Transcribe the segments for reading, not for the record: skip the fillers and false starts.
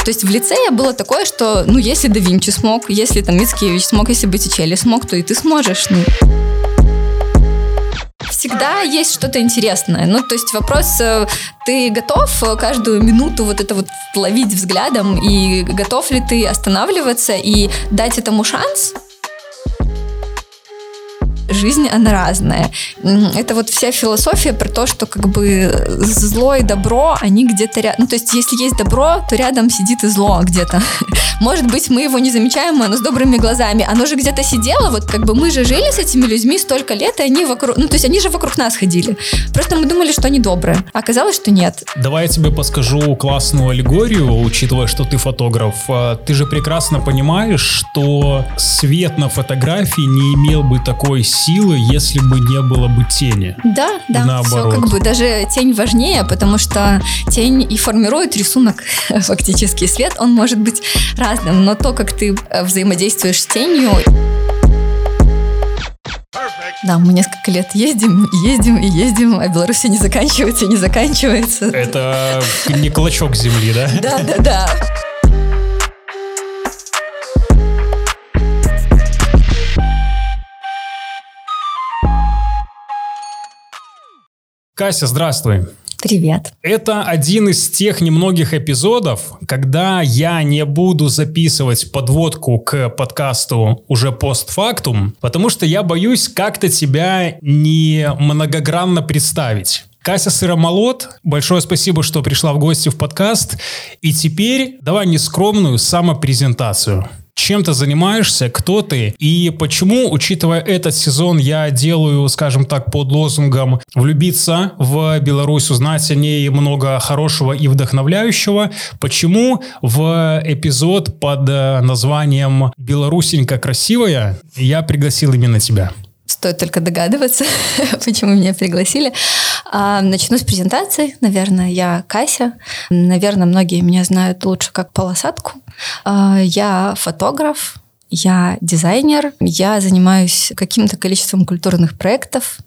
То есть в лицее было такое, что, если да Винчи смог, если там Мицкевич смог, если Боттичелли смог, то и ты сможешь. Всегда есть что-то интересное. То есть вопрос, ты готов каждую минуту вот это вот ловить взглядом, и готов ли ты останавливаться и дать этому шанс? Жизнь, она разная. Это вот вся философия про то, что как бы зло и добро, они где-то рядом. То есть если есть добро, то рядом сидит и зло где-то. Может быть, мы его не замечаем, оно с добрыми глазами. Оно же где-то сидело, вот как бы мы же жили с этими людьми столько лет, и они вокруг, то есть они же вокруг нас ходили. Просто мы думали, что они добрые. А оказалось, что нет. Давай я тебе подскажу классную аллегорию, учитывая, что ты фотограф. Ты же прекрасно понимаешь, что свет на фотографии не имел бы такой силы, если бы не было бы тени. Да, наоборот. Все как бы даже тень важнее, потому что тень и формирует рисунок фактически. Свет, он может быть разным, но то, как ты взаимодействуешь с тенью... Да, мы несколько лет ездим, а Беларусь не заканчивается и не заканчивается. Это не клочок земли, да? Да. Кася, здравствуй. Привет. Это один из тех немногих эпизодов, когда я не буду записывать подводку к подкасту уже постфактум, потому что я боюсь как-то тебя не многогранно представить. Кася Сыромолот, большое спасибо, что пришла в гости в подкаст. И теперь давай нескромную самопрезентацию. Чем ты занимаешься, кто ты и почему, учитывая этот сезон, я делаю, скажем так, под лозунгом «Влюбиться в Беларусь, узнать о ней много хорошего и вдохновляющего», почему в эпизод под названием «Белорусенька красивая» я пригласил именно тебя? Стоит только догадываться, почему меня пригласили. Начну с презентации. Наверное, я Кася. Наверное, многие меня знают лучше как полосатку. Я фотограф, я дизайнер, я занимаюсь каким-то количеством культурных проектов.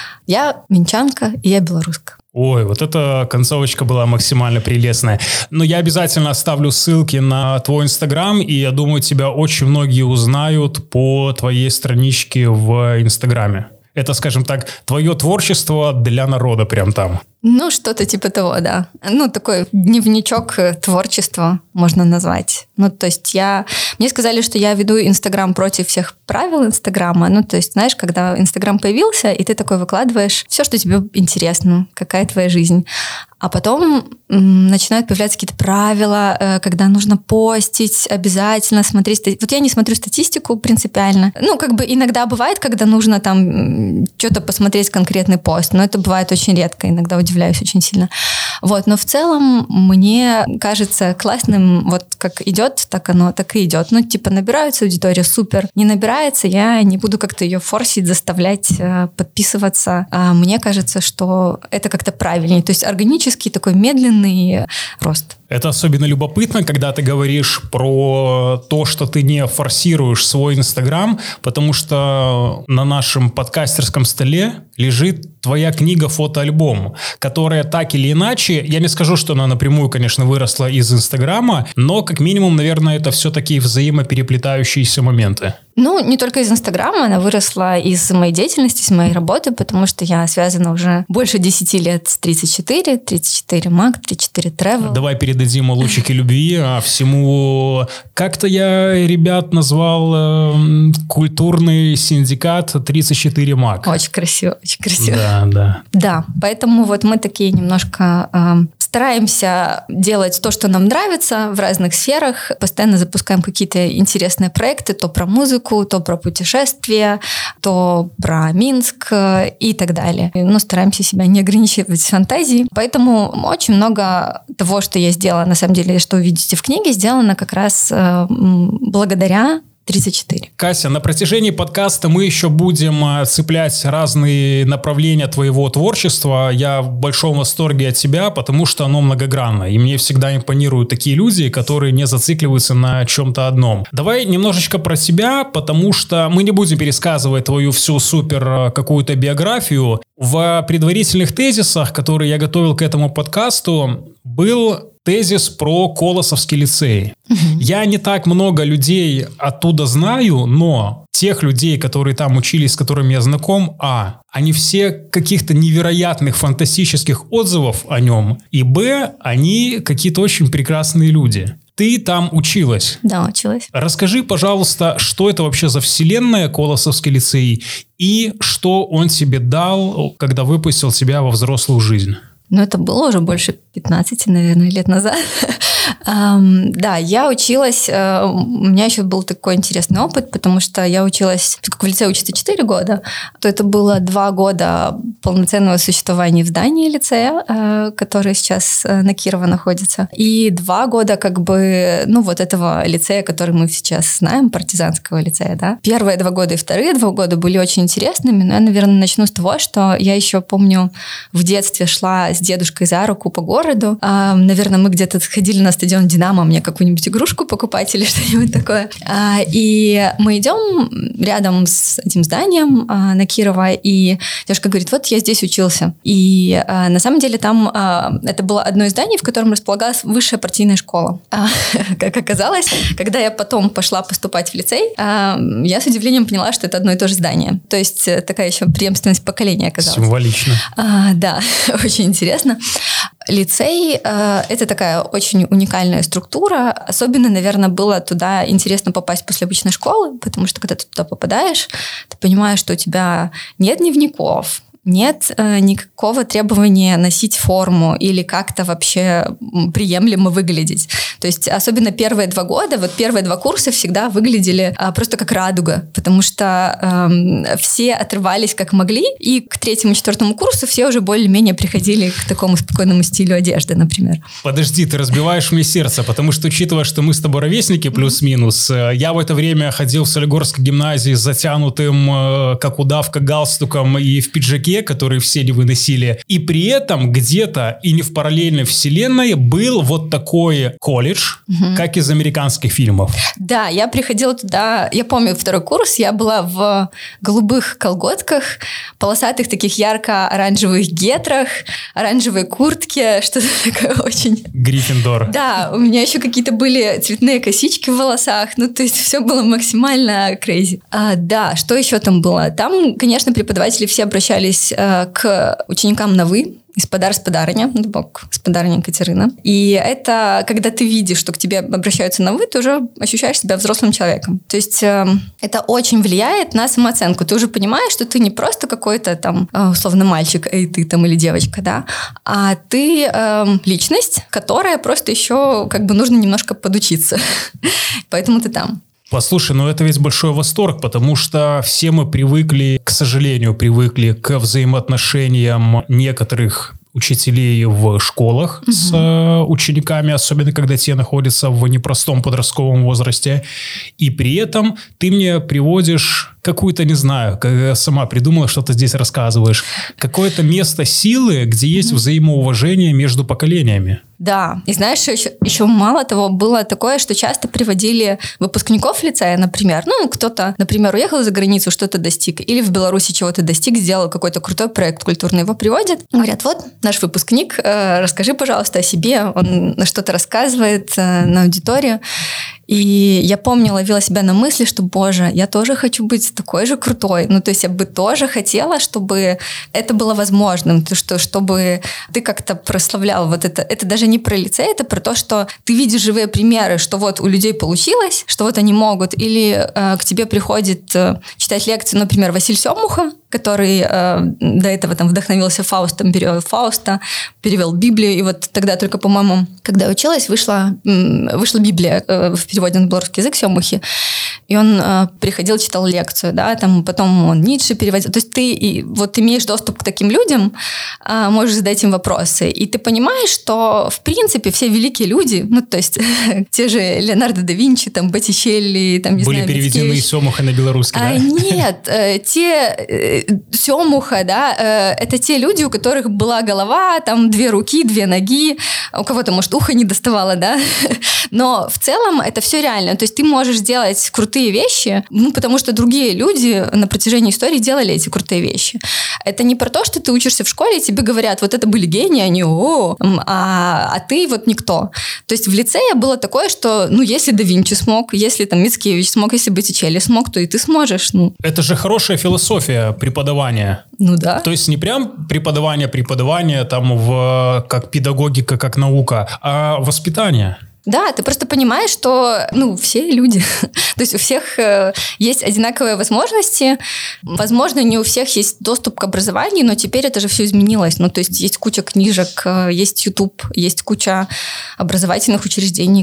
Я минчанка и я белоруска. Ой, вот эта концовочка была максимально прелестная. Но я обязательно оставлю ссылки на твой Инстаграм, и я думаю, тебя очень многие узнают по твоей страничке в Инстаграме. Это, скажем так, твое творчество для народа прям там. Что-то типа того, да. Такой дневничок творчества можно назвать. То есть мне сказали, что я веду Инстаграм против всех правил Инстаграма. То есть, знаешь, когда Инстаграм появился, и ты такой выкладываешь все, что тебе интересно, какая твоя жизнь. А потом начинают появляться какие-то правила, когда нужно постить, обязательно смотреть. Вот я не смотрю статистику принципиально. Иногда бывает, когда нужно там что-то посмотреть, конкретный пост, но это бывает очень редко, иногда удивляюсь очень сильно. Но в целом мне кажется классным, вот как идет, так оно так и идет. Набирается аудитория, супер. Не набирается, я не буду как-то ее форсить, заставлять подписываться. Мне кажется, что это как-то правильнее. То есть органический такой медленный рост. Это особенно любопытно, когда ты говоришь про то, что ты не форсируешь свой Инстаграм, потому что на нашем подкастерском столе лежит твоя книга-фотоальбом, которая так или иначе, я не скажу, что она напрямую, конечно, выросла из Инстаграма, но как минимум, наверное, это все-таки взаимопереплетающиеся моменты. Не только из Инстаграма, она выросла из моей деятельности, из моей работы, потому что я связана уже больше 10 лет с 34 Mac, 34 Travel. Давай передадим лучики любви всему. Как-то я ребят назвал культурный синдикат 34 Mac. Очень красиво, очень красиво. Да. Да, поэтому вот мы такие немножко стараемся делать то, что нам нравится в разных сферах, постоянно запускаем какие-то интересные проекты, то про музыку, то про путешествия, то про Минск и так далее. Стараемся себя не ограничивать фантазией. Поэтому очень много того, что я сделала, на самом деле, что вы видите в книге, сделано как раз благодаря 34. Кася, на протяжении подкаста мы еще будем цеплять разные направления твоего творчества. Я в большом восторге от тебя, потому что оно многогранно. И мне всегда импонируют такие люди, которые не зацикливаются на чем-то одном. Давай немножечко про тебя, потому что мы не будем пересказывать твою всю супер какую-то биографию. В предварительных тезисах, которые я готовил к этому подкасту, был тезис про Колосовский лицей. Я не так много людей оттуда знаю, но тех людей, которые там учились, с которыми я знаком, они все каких-то невероятных, фантастических отзывов о нем, и они какие-то очень прекрасные люди. Ты там училась? Да, училась. Расскажи, пожалуйста, что это вообще за вселенная Колосовский лицей и что он тебе дал, когда выпустил тебя во взрослую жизнь? Это было уже больше 15, наверное, лет назад. Да, я училась, у меня еще был такой интересный опыт, потому что я училась, поскольку в лицее учится 4 года, то это было 2 года полноценного существования в здании лицея, который сейчас на Кирова находится, и 2 года этого лицея, который мы сейчас знаем, партизанского лицея, да. Первые 2 года и вторые 2 года были очень интересными, но я, наверное, начну с того, что я еще помню, в детстве шла с дедушкой за руку по городу, наверное, мы где-то ходили на стадион «Динамо», мне какую-нибудь игрушку покупать или что-нибудь такое. И мы идем рядом с этим зданием на Кирова, и девушка говорит, вот я здесь учился. И на самом деле там это было одно из зданий, в котором располагалась высшая партийная школа. Как оказалось, когда я потом пошла поступать в лицей, я с удивлением поняла, что это одно и то же здание. То есть такая еще преемственность поколения оказалась. Символично. Да, очень интересно. Лицей – это такая очень уникальная структура. Особенно, наверное, было туда интересно попасть после обычной школы, потому что, когда ты туда попадаешь, ты понимаешь, что у тебя нет дневников, нет никакого требования носить форму или как-то вообще приемлемо выглядеть. То есть особенно первые 2 года, первые 2 курса всегда выглядели просто как радуга, потому что все отрывались как могли, и к 3-4 курсу все уже более-менее приходили к такому спокойному стилю одежды, например. Подожди, ты разбиваешь мне сердце, потому что, учитывая, что мы с тобой ровесники плюс-минус, я в это время ходил в Солигорской гимназии с затянутым, как удавка, галстуком и в пиджаке, которые все не выносили. И при этом где-то и не в параллельной вселенной был вот такой колледж, как из американских фильмов. Да, я приходила туда, я помню 2 курс, я была в голубых колготках, полосатых таких ярко-оранжевых гетрах, оранжевой куртке, что-то такое очень... Гриффиндор. Да, у меня еще какие-то были цветные косички в волосах, то есть все было максимально crazy. Да, что еще там было? Там, конечно, преподаватели все обращались к ученикам на «вы», Спадар-спадарыня, спадарыня Катерина. И это, когда ты видишь, что к тебе обращаются на «вы», ты уже ощущаешь себя взрослым человеком. То есть это очень влияет на самооценку. Ты уже понимаешь, что ты не просто какой-то там, условно, мальчик, ты там или девочка, да, а ты личность, которая просто еще нужно немножко подучиться. Поэтому ты там. Послушай, это ведь большой восторг, потому что все мы к сожалению, привыкли к взаимоотношениям некоторых учителей в школах с учениками, особенно когда те находятся в непростом подростковом возрасте. И при этом ты мне приводишь какую-то, не знаю, сама придумала, что ты здесь рассказываешь, какое-то место силы, где есть взаимоуважение между поколениями. Да, и знаешь, еще мало того, было такое, что часто приводили выпускников лицея, например, кто-то, например, уехал за границу, что-то достиг, или в Беларуси чего-то достиг, сделал какой-то крутой проект культурный, его приводят, говорят, вот наш выпускник, расскажи, пожалуйста, о себе, он что-то рассказывает на аудиторию. И я помню, ловила себя на мысли, что, боже, я тоже хочу быть такой же крутой. То есть я бы тоже хотела, чтобы это было возможным, чтобы ты как-то прославлял вот это. Это даже не про лицей, это про то, что ты видишь живые примеры, что вот у людей получилось, что вот они могут. Или к тебе приходит читать лекцию, например, Василь Семуха, который до этого вдохновился Фаустом, перевел Фауста, перевел Библию. И вот тогда только, по-моему, когда я училась, вышла Библия в переводе на белорусский язык Семухи. И он приходил, читал лекцию, да, потом он Ницше переводил. То есть ты имеешь доступ к таким людям, можешь задать им вопросы. И ты понимаешь, что, в принципе, все великие люди, то есть те же Леонардо да Винчи, Боттичелли, были переведены из Семуха на белорусский, да? Нет, те Сёмуха, да, это те люди, у которых была голова, там 2 руки, 2 ноги, у кого-то, может, ухо не доставало, да, но в целом это все реально. То есть ты можешь делать крутые вещи, потому что другие люди на протяжении истории делали эти крутые вещи. Это не про то, что ты учишься в школе, и тебе говорят, вот это были гении, они а ты вот никто. То есть в лицее было такое, что, если да Винчи смог, если там Мицкевич смог, если Боттичелли смог, то и ты сможешь. Это же хорошая философия преподавания. Да. То есть не прям преподавание там как педагогика, как наука, а воспитание. Да, ты просто понимаешь, что, все люди, то есть у всех есть одинаковые возможности, возможно, не у всех есть доступ к образованию, но теперь это же все изменилось, то есть есть куча книжек, есть YouTube, есть куча образовательных учреждений,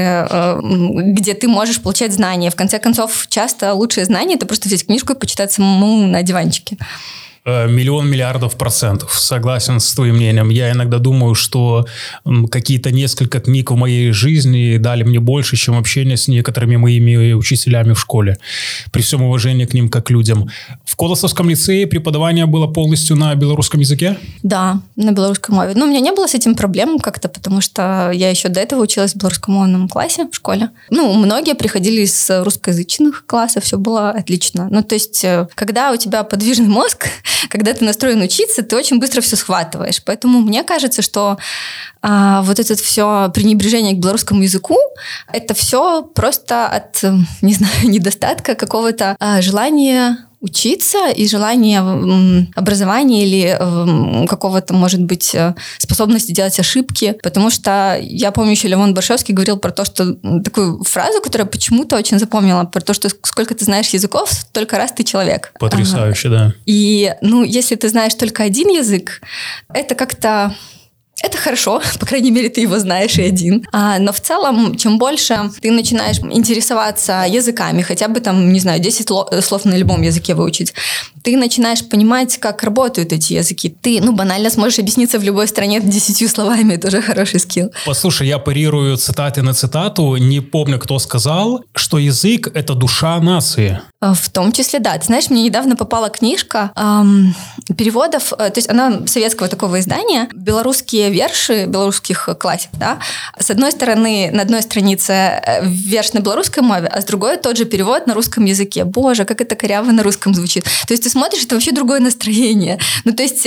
где ты можешь получать знания. В конце концов, часто лучшие знания – это просто взять книжку и почитать самому на диванчике. 1 миллиард %, согласен с твоим мнением. Я иногда думаю, что какие-то несколько книг в моей жизни дали мне больше, чем общение с некоторыми моими учителями в школе. При всем уважении к ним как к людям. В Колосовском лицее преподавание было полностью на белорусском языке? Да, на белорусском мове. У меня не было с этим проблем как-то, потому что я еще до этого училась в белорусскомовном классе в школе. Многие приходили из русскоязычных классов, все было отлично. То есть, когда у тебя подвижный мозг, когда ты настроен учиться, ты очень быстро все схватываешь. Поэтому мне кажется, что вот это все пренебрежение к белорусскому языку, это все просто от, недостатка какого-то желания учиться и желание образования или какого-то, может быть, способности делать ошибки. Потому что я помню, еще Левон Баршевский говорил про то, что такую фразу, которую я почему-то очень запомнила, про то, что сколько ты знаешь языков, столько раз ты человек. Потрясающе, да. И, если ты знаешь только один язык, это как-то... Это хорошо, по крайней мере, ты его знаешь и один. Но в целом, чем больше ты начинаешь интересоваться языками, хотя бы 10 слов на любом языке выучить, ты начинаешь понимать, как работают эти языки. Ты, банально сможешь объясниться в любой стране 10 словами, это уже хороший скилл. Послушай, я парирую цитаты на цитату, не помню, кто сказал, что язык – это душа нации. В том числе, да. Ты знаешь, мне недавно попала книжка переводов, то есть она советского такого издания, белорусские верши белорусских классиков, да. С одной стороны, на одной странице верш на белорусской мове, а с другой тот же перевод на русском языке. Боже, как это коряво на русском звучит. То есть ты смотришь, это вообще другое настроение. То есть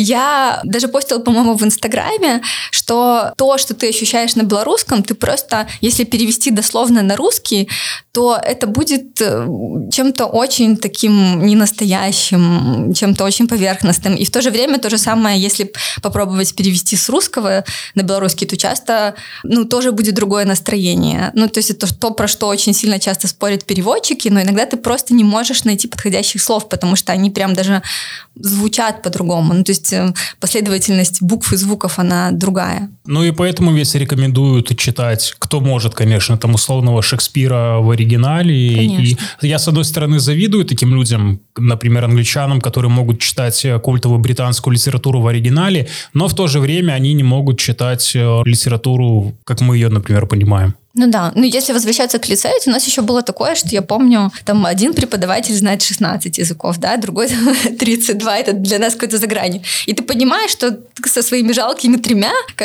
я даже постила, по-моему, в Инстаграме, что то, что ты ощущаешь на белорусском, ты просто, если перевести дословно на русский, то это будет чем-то очень таким ненастоящим, чем-то очень поверхностным. И в то же время то же самое, если попробовать перевести с русского на белорусский, то часто, тоже будет другое настроение. То есть это то, про что очень сильно часто спорят переводчики, но иногда ты просто не можешь найти подходящих слов, потому что они прям даже звучат по-другому. То есть последовательность букв и звуков, она другая. И поэтому весь рекомендуют читать, кто может, конечно, там условного Шекспира в оригинале. Конечно. И я, с одной стороны, завидую таким людям, например, англичанам, которые могут читать культовую британскую литературу в оригинале, но в то же время они не могут читать литературу, как мы ее, например, понимаем. Если возвращаться к лицею, у нас еще было такое, что я помню, там один преподаватель знает 16 языков, да, другой 32, это для нас какой-то за гранью. И ты понимаешь, что ты со своими жалкими 3,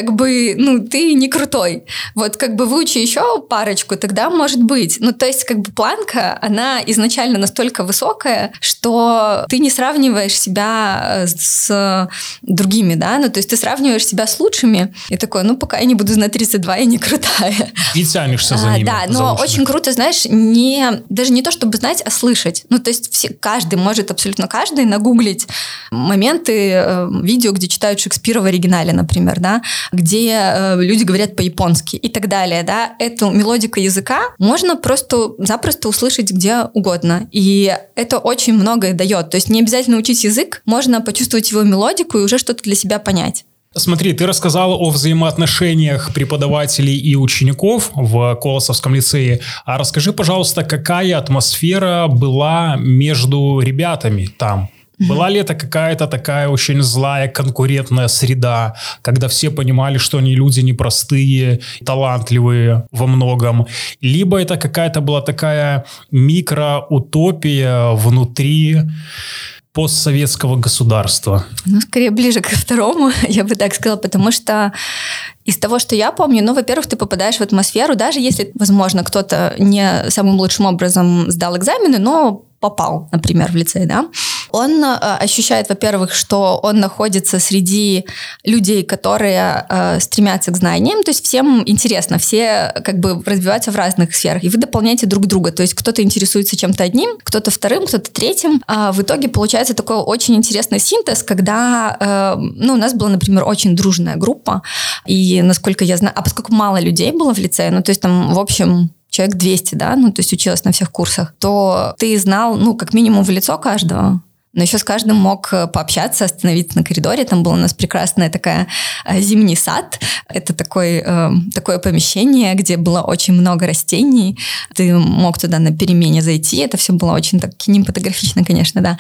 ты не крутой. Вот выучи еще парочку, тогда может быть. То есть планка, она изначально настолько высокая, что ты не сравниваешь себя с другими, да, то есть ты сравниваешь себя с лучшими, и такой, пока я не буду знать 32, я не крутая. И тянешься за ними. Да, но очень круто, знаешь, даже не то, чтобы знать, а слышать. То есть каждый может, абсолютно каждый, нагуглить моменты, видео, где читают Шекспира в оригинале, например, да, где люди говорят по-японски и так далее, да. Эту мелодику языка можно запросто услышать где угодно. И это очень многое дает. То есть не обязательно учить язык, можно почувствовать его мелодику и уже что-то для себя понять. Смотри, ты рассказал о взаимоотношениях преподавателей и учеников в Колосовском лицее. А расскажи, пожалуйста, какая атмосфера была между ребятами там? Была ли это какая-то такая очень злая конкурентная среда, когда все понимали, что они люди непростые, талантливые во многом? Либо это какая-то была такая микроутопия внутри постсоветского государства? Ну, скорее ближе ко второму, я бы так сказала, потому что из того, что я помню, ну, во-первых, ты попадаешь в атмосферу, даже если, возможно, кто-то не самым лучшим образом сдал экзамены, но попал, например, в лицей, да, он ощущает, во-первых, что он находится среди людей, которые стремятся к знаниям, то есть всем интересно, все как бы развиваются в разных сферах, и вы дополняете друг друга, то есть кто-то интересуется чем-то одним, кто-то вторым, кто-то третьим, а в итоге получается такой очень интересный синтез, когда, ну, у нас была, например, очень дружная группа, и насколько я знаю, а поскольку мало людей было в лицее, ну, то есть там, в общем, человек 200, да, ну, то есть училась на всех курсах, то ты знал, ну, как минимум в лицо каждого, но еще с каждым мог пообщаться, остановиться на коридоре. Там был у нас прекрасный такой зимний сад. Это такое помещение, где было очень много растений. Ты мог туда на перемене зайти. Это все было очень так кинематографично, конечно, да.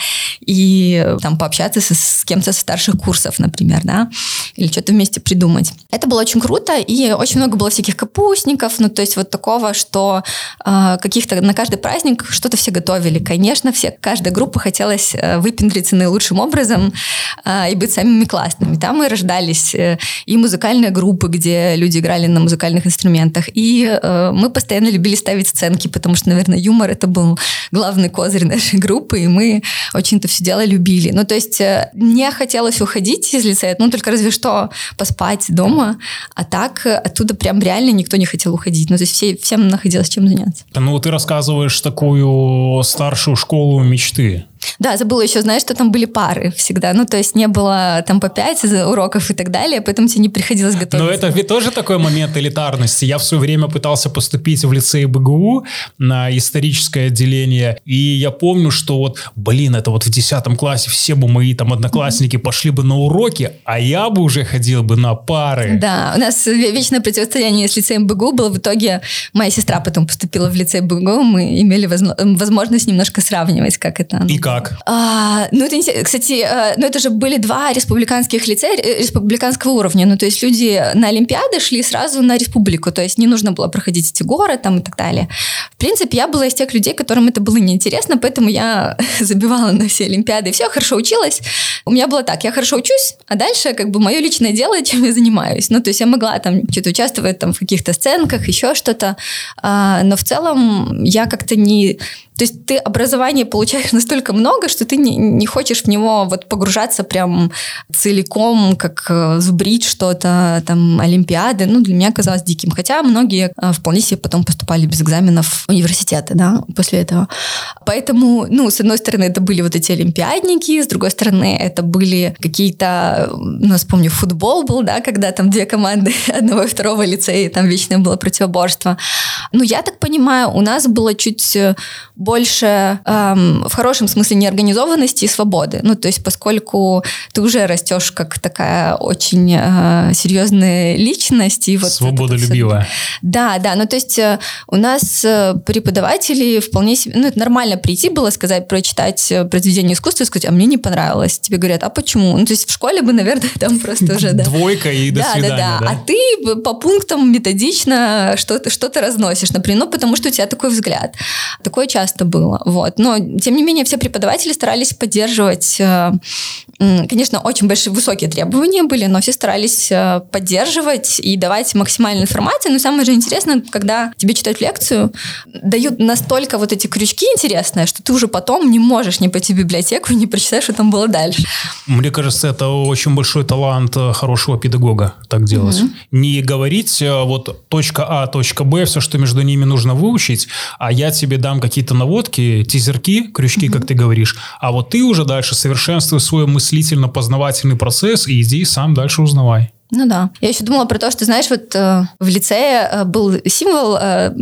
И там пообщаться с кем-то со старших курсов, например, да. Или что-то вместе придумать. Это было очень круто. И очень много было всяких капустников. Ну, то есть вот такого, что каких-то на каждый праздник что-то все готовили. Конечно, каждая группа хотелось выпендриться наилучшим образом и быть самыми классными. Там и рождались и музыкальные группы, где люди играли на музыкальных инструментах. И мы постоянно любили ставить сценки, потому что, наверное, юмор — это был главный козырь нашей группы, и мы очень это все дело любили. Ну, то есть не хотелось уходить из лицея, ну, только разве что поспать дома, а так оттуда прям реально никто не хотел уходить. Ну, то есть всем находилось чем заняться. Ну, ты рассказываешь такую старшую школу мечты. Да, забыла еще, знаешь, что там были пары всегда. Ну, то есть не было там по 5 уроков и так далее, поэтому тебе не приходилось готовиться. Но это ведь тоже такой момент элитарности. Я в свое время пытался поступить в лицей БГУ на историческое отделение, и я помню, что вот, это вот в 10 классе все бы мои там одноклассники пошли бы на уроки, а я бы уже ходил бы на пары. Да, у нас вечное противостояние с лицеем БГУ было. В итоге моя сестра потом поступила в лицей БГУ, мы имели возможность немножко сравнивать, как это. И как? Кстати, это же были 2 республиканских лицея республиканского уровня. Ну, то есть люди на Олимпиады шли сразу на республику, то есть не нужно было проходить эти горы там и так далее. В принципе, я была из тех людей, которым это было неинтересно, поэтому я забивала на все Олимпиады. И все, хорошо училась. У меня было так, я хорошо учусь, а дальше как бы мое личное дело, чем я занимаюсь. Ну, то есть я могла там что-то участвовать там в каких-то сценках, еще что-то, но в целом я как-то не... То есть ты образование получаешь настолько много, что ты не хочешь в него вот погружаться прям целиком, как зубрить что-то, там, олимпиады. Ну, для меня казалось диким. Хотя многие вполне себе потом поступали без экзаменов в университеты, да, после этого. Поэтому, ну, с одной стороны, это были вот эти олимпиадники, с другой стороны, это были какие-то, ну, вспомню, футбол был, да, когда там 2 команды одного и второго лицея, там вечное было противоборство. Ну, я так понимаю, у нас было чуть больше в хорошем смысле неорганизованности и свободы. Ну, то есть поскольку ты уже растешь как такая очень серьезная личность. И вот свободолюбивая. Да. Ну, то есть у нас преподаватели вполне себе... Ну, это нормально прийти было, сказать, прочитать произведение искусства и сказать, а мне не понравилось. Тебе говорят, а почему? Ну, то есть в школе бы, наверное, там просто уже... 2 и до свидания. Да. А ты по пунктам методично что-то разносишь, например, ну, потому что у тебя такой взгляд. Такое часто было. Вот. Но, тем не менее, все преподаватели старались поддерживать, конечно, очень высокие требования были, но все старались поддерживать и давать максимальную информацию. Но самое же интересное, когда тебе читают лекцию, дают настолько вот эти крючки интересные, что ты уже потом не можешь не пойти в библиотеку и не прочитать, что там было дальше. Мне кажется, это очень большой талант хорошего педагога так делать. Не говорить вот точка А, точка Б, все, что между ними нужно выучить, а я тебе дам какие-то наводки, тизерки, крючки, как ты говоришь, а вот ты уже дальше совершенствуй свой мыслительно-познавательный процесс и иди сам дальше узнавай. Ну да. Я еще думала про то, что, знаешь, вот в лицее был символ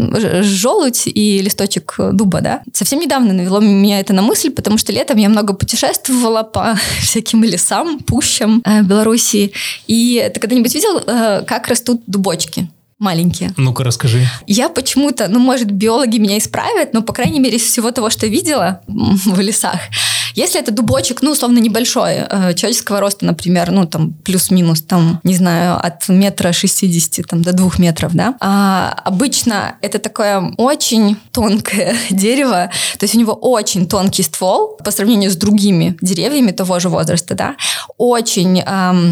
желудь и листочек дуба, да? Совсем недавно навело меня это на мысль, потому что летом я много путешествовала по всяким лесам, пущам Белоруссии. И ты когда-нибудь видел, как растут дубочки? Маленькие. Ну-ка, расскажи. Я почему-то, ну, может, биологи меня исправят, но, по крайней мере, из всего того, что видела в лесах, Если это дубочек, ну, условно, небольшой, человеческого роста, например, ну, там, плюс-минус, там, не знаю, от 1,60 м там, до 2 метров, да, обычно это такое очень тонкое дерево, то есть у него очень тонкий ствол по сравнению с другими деревьями того же возраста, да, очень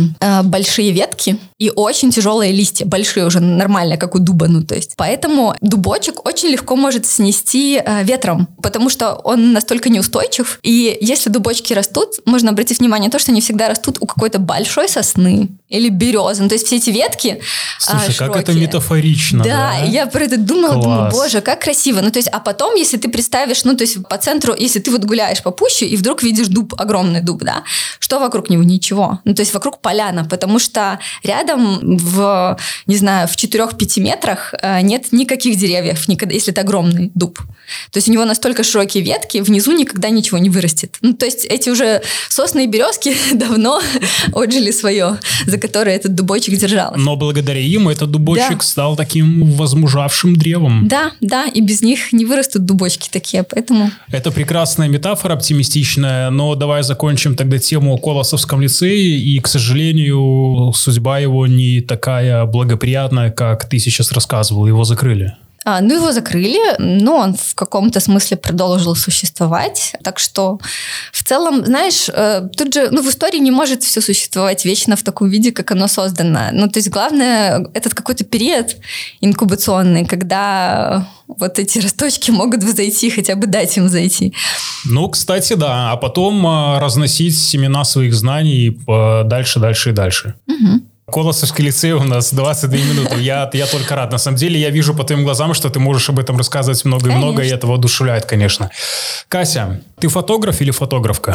большие ветки и очень тяжелые листья, большие уже, нормальные, как у дуба, ну, то есть. Поэтому дубочек очень легко может снести ветром, потому что он настолько неустойчив, и если дубочки растут, можно обратить внимание на то, что они всегда растут у какой-то большой сосны или березы, ну, то есть все эти ветки Слушай, широкие. как это метафорично, да? Да, я про это думала, Класс. думаю, боже, как красиво, ну, то есть, а потом, если ты представишь, ну, то есть по центру, если ты вот гуляешь по пуще и вдруг видишь дуб, огромный дуб, да, что вокруг него? Ничего. Ну, то есть вокруг поляна, потому что рядом в, не знаю, в 4-5 метрах нет никаких деревьев, никогда, если это огромный дуб. То есть у него настолько широкие ветки, внизу никогда ничего не вырастет. Ну, то есть эти уже сосны и березки давно отжили свое, за которое этот дубочек держался. Но благодаря им этот дубочек стал таким возмужавшим древом. Да, да, и без них не вырастут дубочки такие, поэтому... Это прекрасная метафора, оптимистичная, но давай закончим тогда тему о Колосовском лицее, и, к сожалению, судьба его не такая благоприятная, как ты сейчас рассказывал, его закрыли. Ну, его закрыли, но он в каком-то смысле продолжил существовать. Так что, в целом, знаешь, тут же, ну, в истории не может все существовать вечно в таком виде, как оно создано. Ну, то есть, главное, этот какой-то период инкубационный, когда вот эти росточки могут взойти, хотя бы дать им зайти. Ну, кстати, да. А потом разносить семена своих знаний дальше, дальше и дальше. Угу. Колосовский лицей у нас 22 минуты. Я только рад. На самом деле, я вижу по твоим глазам, что ты можешь об этом рассказывать много и много, и это воодушевляет, конечно. Кася, ты фотограф или фотографка?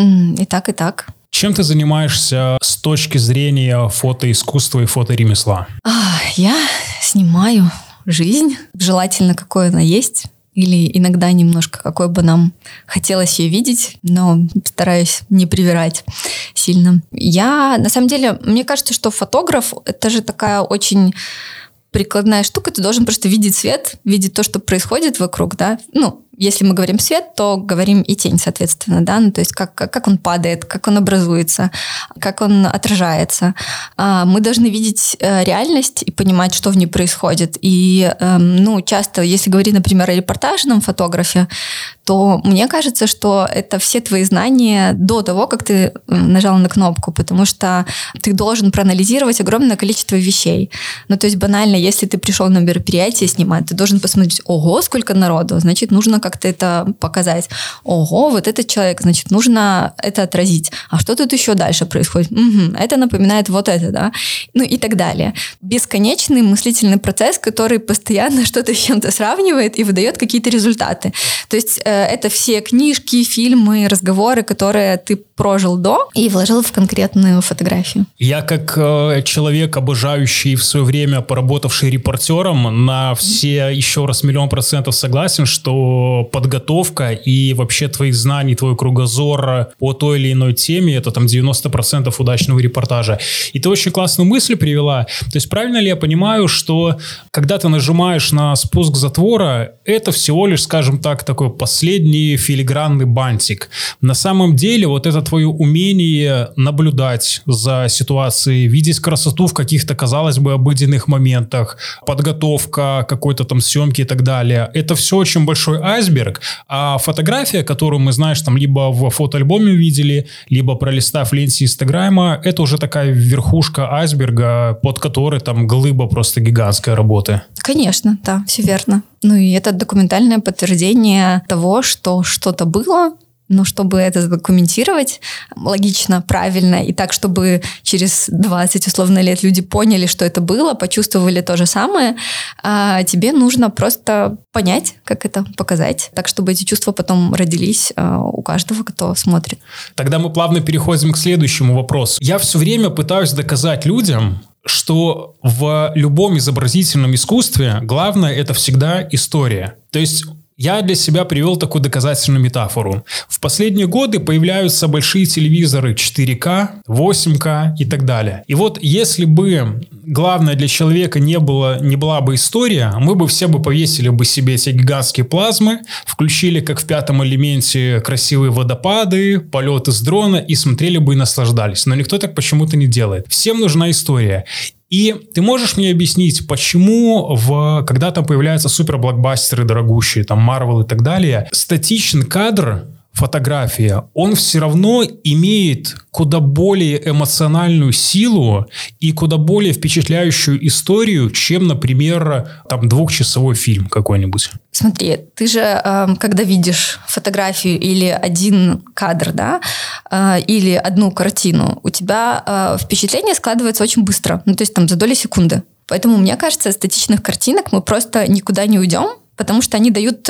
И так, и так. Чем ты занимаешься с точки зрения фотоискусства и фоторемесла? Я снимаю жизнь, желательно, какой она есть. Или иногда немножко, какой бы нам хотелось ее видеть, но стараюсь не привирать сильно. На самом деле, мне кажется, что фотограф – это же такая очень прикладная штука. Ты должен просто видеть свет, видеть то, что происходит вокруг, да. Ну, если мы говорим свет, то говорим и тень, соответственно, да, ну, то есть как он падает, как он образуется, как он отражается. Мы должны видеть реальность и понимать, что в ней происходит. И, ну, часто, если говорить, например, о репортажном фотографе, то мне кажется, что это все твои знания до того, как ты нажал на кнопку, потому что ты должен проанализировать огромное количество вещей. Ну, то есть банально, если ты пришел на мероприятие снимать, ты должен посмотреть, ого, сколько народу, значит, нужно как-то это показать. Ого, вот этот человек, значит, нужно это отразить. А что тут еще дальше происходит? Угу, это напоминает вот это, да? Ну и так далее. Бесконечный мыслительный процесс, который постоянно что-то с чем-то сравнивает и выдает какие-то результаты. То есть это все книжки, фильмы, разговоры, которые ты прожил до и вложил в конкретную фотографию. Я как человек, обожающий в свое время, поработавший репортером, на все еще раз 1,000,000% согласен, что подготовка и вообще твоих знаний, твой кругозор по той или иной теме, это там 90% удачного репортажа. И ты очень классную мысль привела. То есть правильно ли я понимаю, что когда ты нажимаешь на спуск затвора, это всего лишь, скажем так, такой последний филигранный бантик. На самом деле вот это твое умение наблюдать за ситуацией, видеть красоту в каких-то, казалось бы, обыденных моментах, подготовка какой-то там съемки и так далее, это все очень большой айсберг, а фотография, которую мы, знаешь, там либо в фотоальбоме видели, либо пролистав в ленте Инстаграма, это уже такая верхушка айсберга, под которой там глыба просто гигантской работы. Конечно, да, все верно. Ну и это документальное подтверждение того, что что-то было, но чтобы это задокументировать логично, правильно, и так, чтобы через 20 условно лет люди поняли, что это было, почувствовали то же самое, тебе нужно просто понять, как это показать, так, чтобы эти чувства потом родились у каждого, кто смотрит. Тогда мы плавно переходим к следующему вопросу. Я все время пытаюсь доказать людям, что в любом изобразительном искусстве главное – это всегда история. То есть Я для себя привел такую доказательную метафору. В последние годы появляются большие телевизоры 4К, 8К и так далее. И вот если бы главное для человека не была бы история, мы бы все повесили бы себе эти гигантские плазмы, включили, как в «Пятом элементе», красивые водопады, полеты с дрона и смотрели бы и наслаждались. Но никто так почему-то не делает. Всем нужна история. И ты можешь мне объяснить, почему, когда там появляются суперблокбастеры дорогущие, там Marvel и так далее, статичный кадр, фотография, он все равно имеет куда более эмоциональную силу и куда более впечатляющую историю, чем, например, там 2-часовой фильм какой-нибудь. Смотри, ты же, когда видишь фотографию или один кадр, да, или одну картину, у тебя впечатление складывается очень быстро, ну, то есть там за доли секунды. Поэтому, мне кажется, от статичных картинок мы просто никуда не уйдем, потому что они дают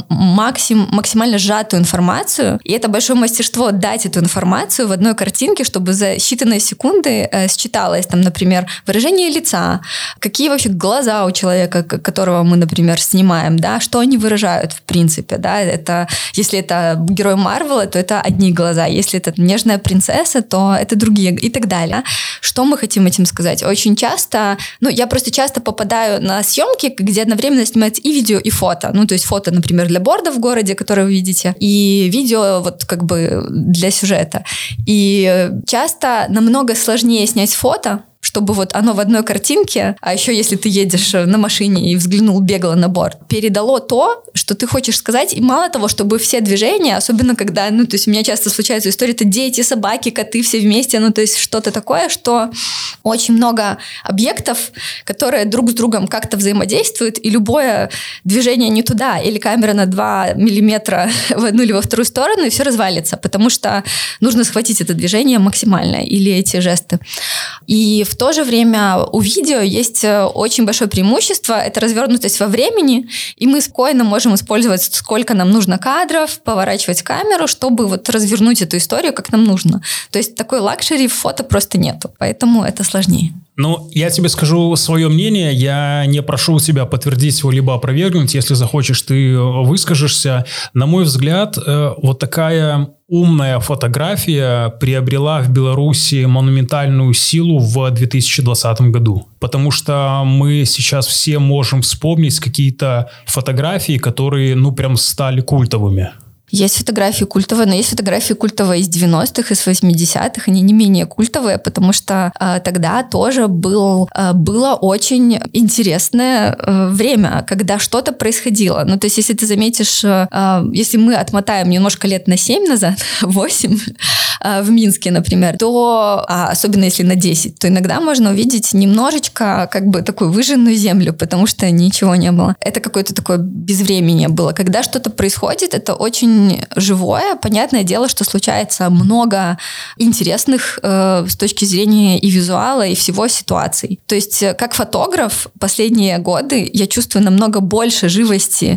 максимально сжатую информацию, и это большое мастерство дать эту информацию в одной картинке, чтобы за считанные секунды считалось, там, например, выражение лица, какие вообще глаза у человека, которого мы, например, снимаем, да, что они выражают, в принципе, да, это, если это герой Марвела, то это одни глаза, если это нежная принцесса, то это другие, и так далее. Что мы хотим этим сказать? Очень часто, я просто часто попадаю на съемки, где одновременно снимается и видео, и фото. Ну, то есть фото, например, для борда в городе, которое вы видите, и видео вот как бы для сюжета. И часто намного сложнее снять фото, чтобы вот оно в одной картинке, а еще если ты едешь на машине и взглянул бегло на борт, передало то, что ты хочешь сказать, и мало того, чтобы все движения, особенно когда, то есть у меня часто случаются истории, это дети, собаки, коты, все вместе, то есть что-то такое, что очень много объектов, которые друг с другом как-то взаимодействуют, и любое движение не туда, или камера на 2 миллиметра в одну или во вторую сторону, и все развалится, потому что нужно схватить это движение максимально, или эти жесты. И в то же время у видео есть очень большое преимущество, это развернутость во времени, и мы спокойно можем использовать, сколько нам нужно кадров, поворачивать камеру, чтобы вот развернуть эту историю, как нам нужно. То есть такой лакшери в фото просто нету, поэтому это сложнее. Я тебе скажу свое мнение, я не прошу тебя подтвердить его либо опровергнуть, если захочешь, ты выскажешься. На мой взгляд, вот такая умная фотография приобрела в Беларуси монументальную силу в 2020 году, потому что мы сейчас все можем вспомнить какие-то фотографии, которые, прям стали культовыми. Есть фотографии культовые, но есть фотографии культовые из 90-х, из 80-х, они не менее культовые, потому что тогда тоже было очень интересное время, когда что-то происходило. То есть, если ты заметишь, если мы отмотаем немножко лет на 7 назад, 8, в Минске, например, то, особенно если на 10, то иногда можно увидеть немножечко как бы такую выжженную землю, потому что ничего не было. Это какое-то такое безвременье было. Когда что-то происходит, это очень живое. Понятное дело, что случается много интересных с точки зрения и визуала, и всего ситуаций. То есть, как фотограф, последние годы я чувствую намного больше живости,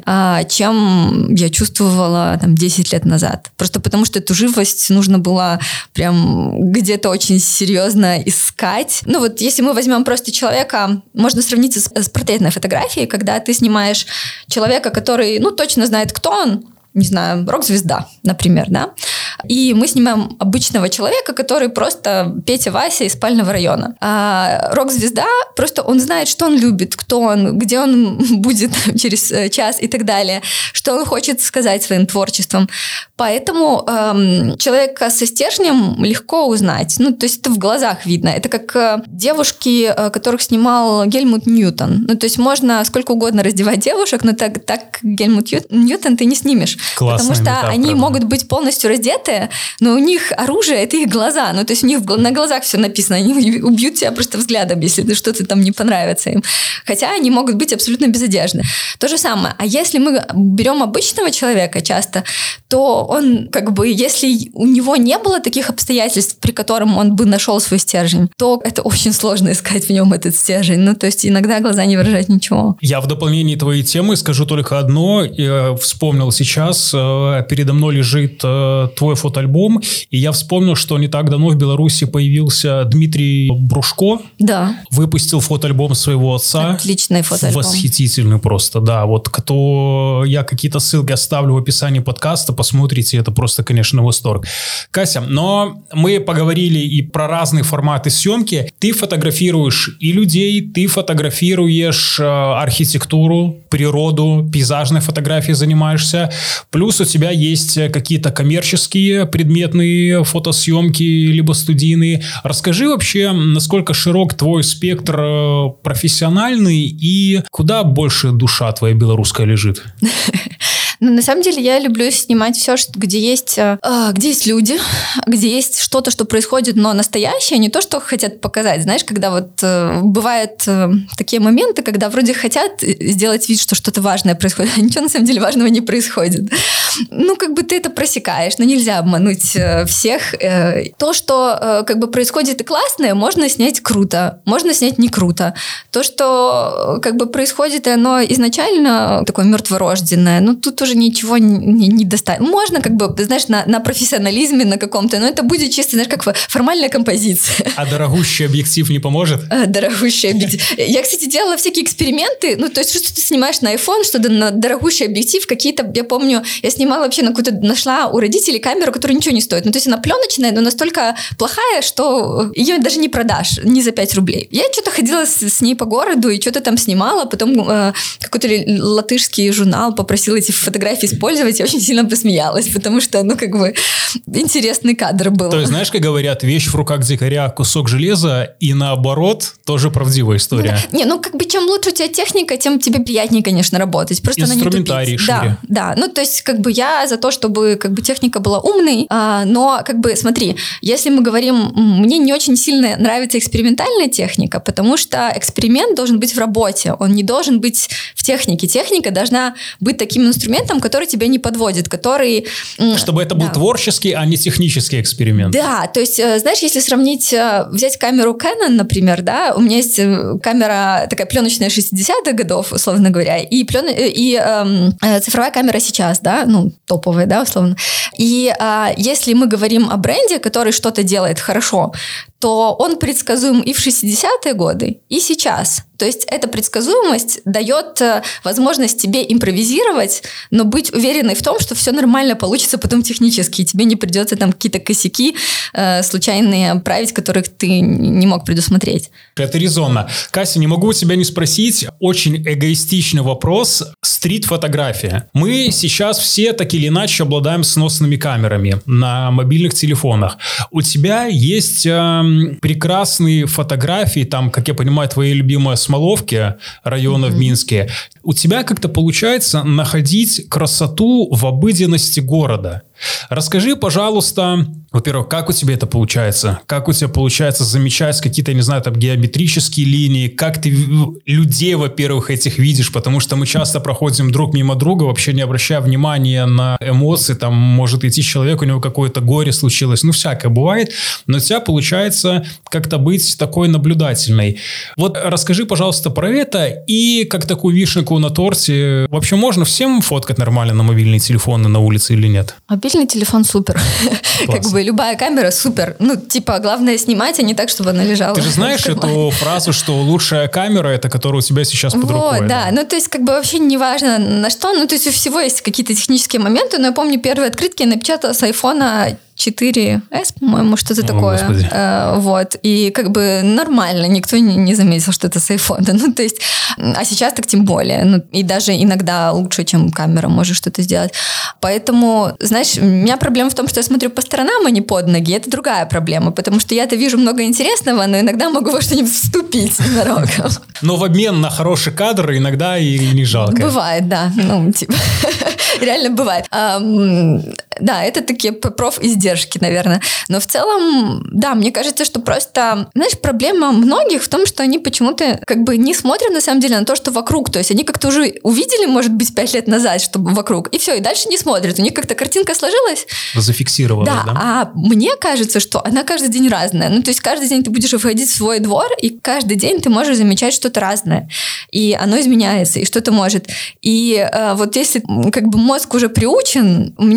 чем я чувствовала 10 лет назад. Просто потому, что эту живость нужно было прям где-то очень серьезно искать. Если мы возьмем просто человека, можно сравнить с портретной фотографией, когда ты снимаешь человека, который, точно знает, кто он, не знаю, рок-звезда, например, да, и мы снимаем обычного человека, который просто Петя Вася из спального района. А рок-звезда, просто он знает, что он любит, кто он, где он будет через час и так далее, что он хочет сказать своим творчеством. Поэтому человека со стержнем легко узнать. То есть это в глазах видно. Это как девушки, которых снимал Гельмут Ньютон. То есть можно сколько угодно раздевать девушек, но так Гельмут Ньютон ты не снимешь. Классная потому что метафора, они могут быть полностью раздеты, но у них оружие — это их глаза. То есть у них на глазах все написано. Они убьют тебя просто взглядом, если что-то там не понравится им. Хотя они могут быть абсолютно без одежды. То же самое. А если мы берем обычного человека часто, то он если у него не было таких обстоятельств, при котором он бы нашел свой стержень, то это очень сложно искать в нем этот стержень. То есть иногда глаза не выражают ничего. Я в дополнение твоей темы скажу только одно. Я вспомнил сейчас, передо мной лежит твой фотоальбом, и я вспомнил, что не так давно в Беларуси появился Дмитрий Брушко. Да. Выпустил фотоальбом своего отца. Отличный фотоальбом. Восхитительный просто, да. Вот я какие-то ссылки оставлю в описании подкаста, посмотрите, это просто, конечно, восторг. Кася, но мы поговорили и про разные форматы съемки. Ты фотографируешь и людей, ты фотографируешь архитектуру, природу, пейзажной фотографией занимаешься. Плюс у тебя есть какие-то коммерческие предметные фотосъемки, либо студийные. Расскажи вообще, насколько широк твой спектр профессиональный и куда больше душа твоя белорусская лежит? Ну, на самом деле, я люблю снимать все, где есть люди, где есть что-то, что происходит, но настоящее, не то, что хотят показать. Знаешь, когда вот бывают такие моменты, когда вроде хотят сделать вид, что что-то важное происходит, а ничего на самом деле важного не происходит. Ну, как бы ты это просекаешь, но нельзя обмануть всех. То, что как бы происходит и классное, можно снять круто, можно снять не круто. То, что как бы происходит, и оно изначально такое мертворожденное, ну, тут уже ничего не достать. Можно, как бы, знаешь, на профессионализме на каком-то, но это будет чисто, знаешь, как формальная композиция. А дорогущий объектив не поможет? Дорогущий объектив. Я, кстати, делала всякие эксперименты, ну, то есть, что ты снимаешь на iPhone, что-то на дорогущий объектив, какие-то, я помню, я снимала вообще на какую-то, нашла у родителей камеру, которая ничего не стоит. Ну, то есть, она пленочная, но настолько плохая, что ее даже не продашь, не за 5 рублей. Я что-то ходила с ней по городу и что-то там снимала, потом какой-то латышский журнал попросил эти фотографии использовать, я очень сильно посмеялась, потому что, ну, как бы, интересный кадр был. То есть, знаешь, как говорят, вещь в руках дикаря, кусок железа, и наоборот, тоже правдивая история. Не, ну, как бы, чем лучше у тебя техника, тем тебе приятнее, конечно, работать. Просто она не тупит. Инструментарий шире. Да, ну, то есть, как бы, я за то, чтобы, как бы, техника была умной, но, как бы, смотри, если мы говорим, мне не очень сильно нравится экспериментальная техника, потому что эксперимент должен быть в работе, он не должен быть в технике. Техника должна быть таким инструментом, который тебя не подводит, который... Чтобы это был творческий, а не технический эксперимент. Да, то есть, знаешь, если сравнить, взять камеру Canon, например, да, у меня есть камера такая пленочная 60-х годов, условно говоря, и цифровая камера сейчас, да, ну, топовая, да, условно. И если мы говорим о бренде, который что-то делает хорошо, то он предсказуем и в 60-е годы, и сейчас. То есть эта предсказуемость дает возможность тебе импровизировать, но быть уверенной в том, что все нормально получится потом технически, и тебе не придется там какие-то косяки случайные править, которых ты не мог предусмотреть. Это резонно. Кася, не могу у тебя не спросить очень эгоистичный вопрос. Стрит-фотография. Мы сейчас все так или иначе обладаем сносными камерами на мобильных телефонах. У тебя есть прекрасные фотографии, там, как я понимаю, твои любимые Смоловки района в Минске. У тебя как-то получается находить красоту в обыденности города. Расскажи, пожалуйста, во-первых, как у тебя это получается? Как у тебя получается замечать какие-то, не знаю, там, геометрические линии? Как ты людей, во-первых, этих видишь? Потому что мы часто проходим друг мимо друга, вообще не обращая внимания на эмоции. Там может идти человек, у него какое-то горе случилось. Ну, всякое бывает. Но у тебя получается как-то быть такой наблюдательной. Вот расскажи, пожалуйста, про это. И как такую вишенку на торте. Вообще можно всем фоткать нормально на мобильные телефоны на улице или нет? Мобильный телефон супер. Как бы любая камера супер. Ну, типа, главное снимать, а не так, чтобы она лежала. Ты же знаешь эту фразу, что лучшая камера — это которая у тебя сейчас под рукой. Вот, да. Ну, то есть, как бы вообще не важно на что. Ну, то есть, у всего есть какие-то технические моменты. Но я помню, первые открытки я напечатала с айфона 4S, по-моему, что-то такое. Вот. И как бы нормально, никто не заметил, что это с айфона. Ну, то есть, а сейчас так тем более. Ну, и даже иногда лучше, чем камера, можешь что-то сделать. Поэтому, знаешь, у меня проблема в том, что я смотрю по сторонам, а не под ноги. Это другая проблема, потому что я-то вижу много интересного, но иногда могу во что-нибудь вступить ненароком. Но в обмен на хороший кадр иногда и не жалко. Бывает, да. Ну, типа, реально бывает. Да, это такие профиздержки, наверное. Но в целом, да, мне кажется, что просто, знаешь, проблема многих в том, что они почему-то как бы не смотрят на самом деле на то, что вокруг. То есть они как-то уже увидели, может быть, 5 лет назад, что вокруг, и все, и дальше не смотрят. У них как-то картинка сложилась. Зафиксировалась, да? А мне кажется, что она каждый день разная. Ну, то есть каждый день ты будешь выходить в свой двор, и каждый день ты можешь замечать что-то разное. И оно изменяется, и что-то может. И вот если как бы мозг уже приучен, у меня, знаешь,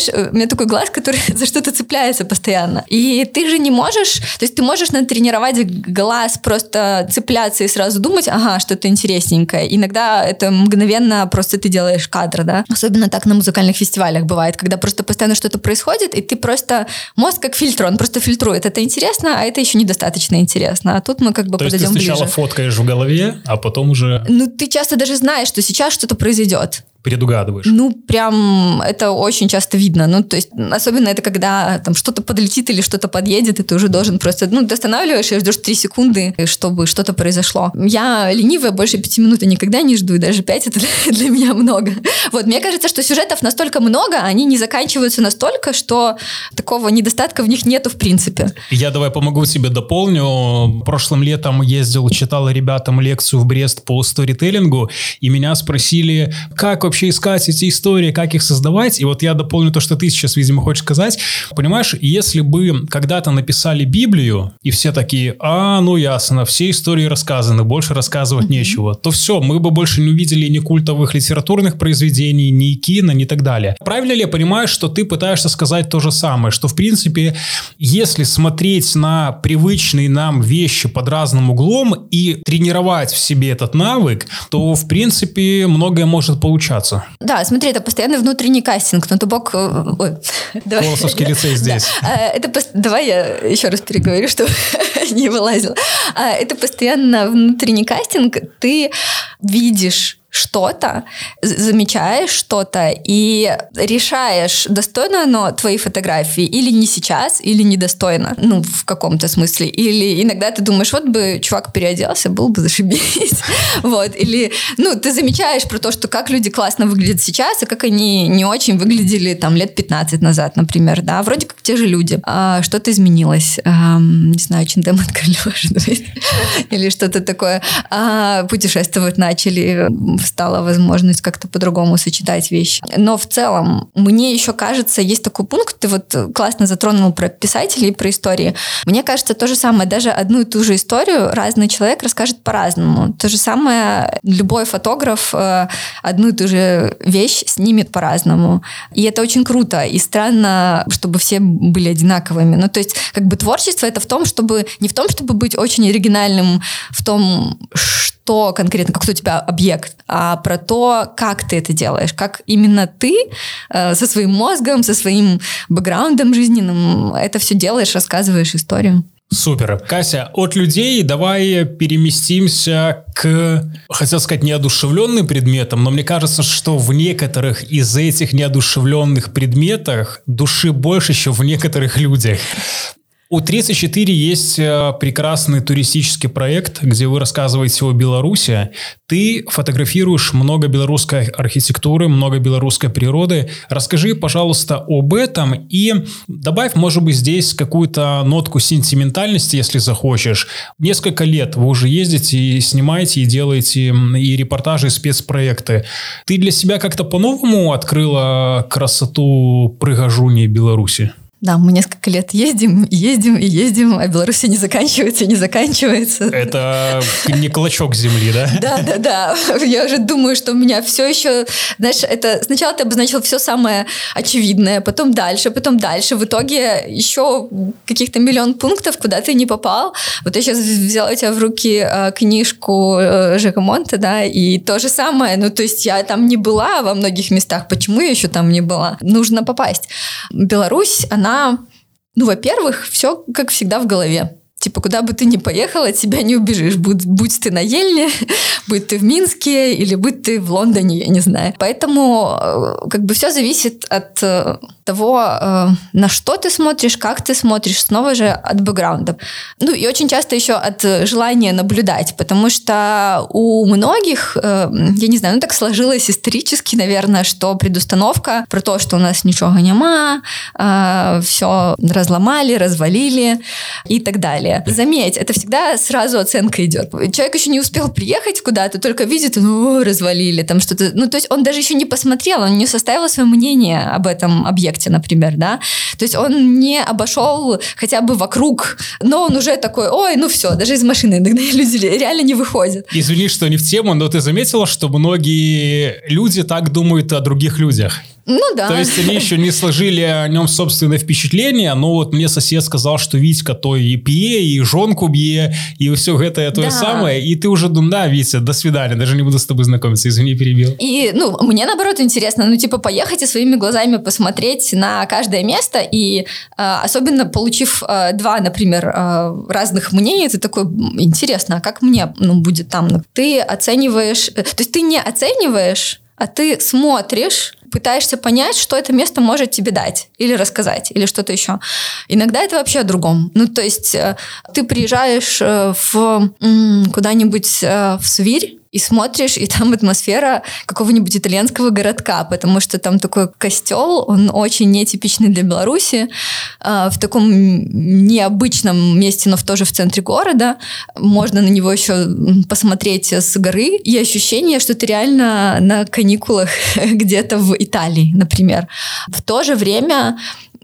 знаешь, у меня такой глаз, который за что-то цепляется постоянно. И ты же не можешь, то есть ты можешь натренировать глаз просто цепляться и сразу думать, ага, что-то интересненькое. Иногда это мгновенно просто ты делаешь кадр, да. Особенно так на музыкальных фестивалях бывает, когда просто постоянно что-то происходит, и ты просто, мозг как фильтр, он просто фильтрует. Это интересно, а это еще недостаточно интересно. А тут мы как бы подойдем ближе. То есть ты сначала фоткаешь в голове, а потом уже... Ну, ты часто даже знаешь, что сейчас что-то произойдет. Предугадываешь. Ну, прям это очень часто видно. Ну, то есть, особенно это когда там что-то подлетит или что-то подъедет, и ты уже должен просто, ты останавливаешь и ждешь 3 секунды, чтобы что-то произошло. Я ленивая, больше 5 минут я никогда не жду, и даже 5 это для меня много. Вот, мне кажется, что сюжетов настолько много, они не заканчиваются настолько, что такого недостатка в них нету в принципе. Я давай помогу тебе, дополню. Прошлым летом ездил, читал ребятам лекцию в Брест по сторителлингу, и меня спросили, как вообще искать эти истории, как их создавать. И вот я дополню то, что ты сейчас, видимо, хочешь сказать. Понимаешь, если бы когда-то написали Библию, и все такие, ну ясно, все истории рассказаны, больше рассказывать нечего, то все, мы бы больше не увидели ни культовых литературных произведений, ни кино, ни так далее. Правильно ли я понимаю, что ты пытаешься сказать то же самое, что, в принципе, если смотреть на привычные нам вещи под разным углом и тренировать в себе этот навык, то, в принципе, многое может получаться. Да, смотри, это постоянный внутренний кастинг, но тубок... Колосовский лицей здесь. Давай я еще раз переговорю, чтобы не вылазил. Это постоянно внутренний кастинг, ты видишь что-то, замечаешь что-то и решаешь, достойно оно твоей фотографии или не сейчас, или недостойно, ну, в каком-то смысле. Или иногда ты думаешь, вот бы чувак переоделся, был бы зашибись. Вот. Или, ты замечаешь про то, что как люди классно выглядят сейчас, а как они не очень выглядели там лет 15 назад, например, да, вроде как те же люди. Что-то изменилось. Не знаю, H&M открыли, может быть. Или что-то такое. Путешествовать начали, стала возможность как-то по-другому сочетать вещи. Но в целом, мне еще кажется, есть такой пункт, ты вот классно затронул про писателей и про истории. Мне кажется, то же самое, даже одну и ту же историю разный человек расскажет по-разному. То же самое любой фотограф одну и ту же вещь снимет по-разному. И это очень круто. И странно, чтобы все были одинаковыми. Ну, то есть, как бы творчество это не в том, чтобы быть очень оригинальным в том, что конкретно, какой у тебя объект, а про то, как ты это делаешь, как именно ты со своим мозгом, со своим бэкграундом жизненным это все делаешь, рассказываешь историю. Супер. Кася, от людей давай переместимся к, хотел сказать, неодушевленным предметам, но мне кажется, что в некоторых из этих неодушевленных предметах души больше, чем в некоторых людях. У 34 есть прекрасный туристический проект, где вы рассказываете о Беларуси. Ты фотографируешь много белорусской архитектуры, много белорусской природы. Расскажи, пожалуйста, об этом и добавь, может быть, здесь какую-то нотку сентиментальности, если захочешь. Несколько лет вы уже ездите и снимаете, и делаете и репортажи, и спецпроекты. Ты для себя как-то по-новому открыла красоту пригожуни Беларуси? Да, мы несколько лет ездим, а Беларусь не заканчивается, не заканчивается. Это не клочок земли, да? Да. Я уже думаю, что у меня все еще... Знаешь, это сначала ты обозначил все самое очевидное, потом дальше. В итоге еще каких-то миллион пунктов, куда ты не попал. Вот я сейчас взяла у тебя в руки книжку Жека Монте, да, и то же самое. Ну, то есть я там не была во многих местах. Почему я еще там не была? Нужно попасть. Беларусь, она... во-первых, все как всегда в голове. Типа, куда бы ты ни поехал, от себя не убежишь. Будь ты на Ельне, будь ты в Минске или будь ты в Лондоне, я не знаю. Поэтому как бы все зависит от того, на что ты смотришь, как ты смотришь, снова же от бэкграунда. Ну и очень часто еще от желания наблюдать, потому что у многих, я не знаю, так сложилось исторически, наверное, что предустановка про то, что у нас ничего нема, все разломали, развалили и так далее. Заметь, это всегда сразу оценка идет. Человек еще не успел приехать куда-то, только видит, развалили там что-то. Ну, то есть он даже еще не посмотрел, он не составил свое мнение об этом объекте, например, да. То есть он не обошел хотя бы вокруг, но он уже такой, все, даже из машины иногда люди реально не выходят. Извини, что не в тему, но ты заметила, что многие люди так думают о других людях? Ну да. То есть они еще не сложили о нем собственное впечатление, но вот мне сосед сказал, что Витька то и пье, и жонку бье, и все это то самое, и ты уже думаешь, да, Витя, до свидания, даже не буду с тобой знакомиться, извини, перебил. И, мне наоборот интересно, поехать и своими глазами посмотреть на каждое место, и особенно получив 2, например, разных мнений, ты такой, интересно, а как мне будет там? Ты оцениваешь, то есть ты не оцениваешь, а ты смотришь, пытаешься понять, что это место может тебе дать или рассказать, или что-то еще. Иногда это вообще о другом. То есть ты приезжаешь куда-нибудь в Свирь, и смотришь, и там атмосфера какого-нибудь итальянского городка, потому что там такой костел, он очень нетипичный для Беларуси, в таком необычном месте, но тоже в центре города. Можно на него еще посмотреть с горы, и ощущение, что ты реально на каникулах где-то в Италии, например. В то же время...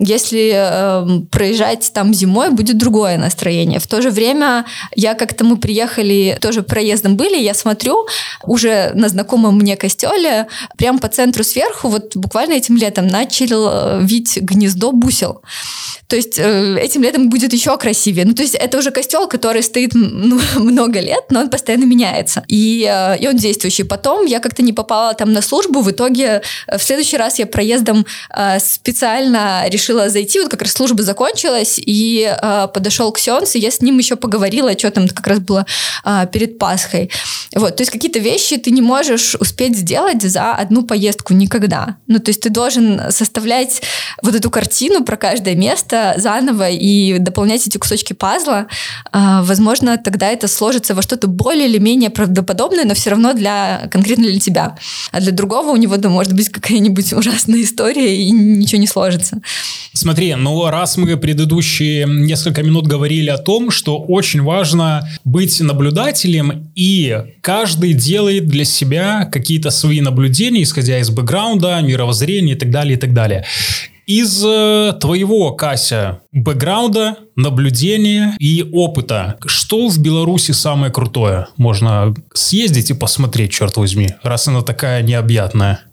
Если проезжать там зимой, будет другое настроение. В то же время мы приехали, тоже проездом были, я смотрю уже на знакомом мне костеле, прямо по центру сверху, вот буквально этим летом начал вить гнездо бусел. То есть этим летом будет еще красивее. То есть это уже костел, который стоит много лет, но он постоянно меняется. И он действующий. Потом я как-то не попала там на службу. В итоге в следующий раз я проездом специально решила зайти. Вот как раз служба закончилась, и подошел ксенц, и я с ним еще поговорила, что там как раз было перед Пасхой. Вот. То есть какие-то вещи ты не можешь успеть сделать за одну поездку никогда. То есть ты должен составлять вот эту картину про каждое место заново и дополнять эти кусочки пазла. Возможно, тогда это сложится во что-то более или менее правдоподобное, но все равно конкретно для тебя. А для другого у него, может быть, какая-нибудь ужасная история, и ничего не сложится. Смотри, раз мы предыдущие несколько минут говорили о том, что очень важно быть наблюдателем, и каждый делает для себя какие-то свои наблюдения, исходя из бэкграунда, мировоззрения и так далее, и так далее. Из твоего, Кася, бэкграунда, наблюдения и опыта, что в Беларуси самое крутое? Можно съездить и посмотреть, черт возьми, раз она такая необъятная.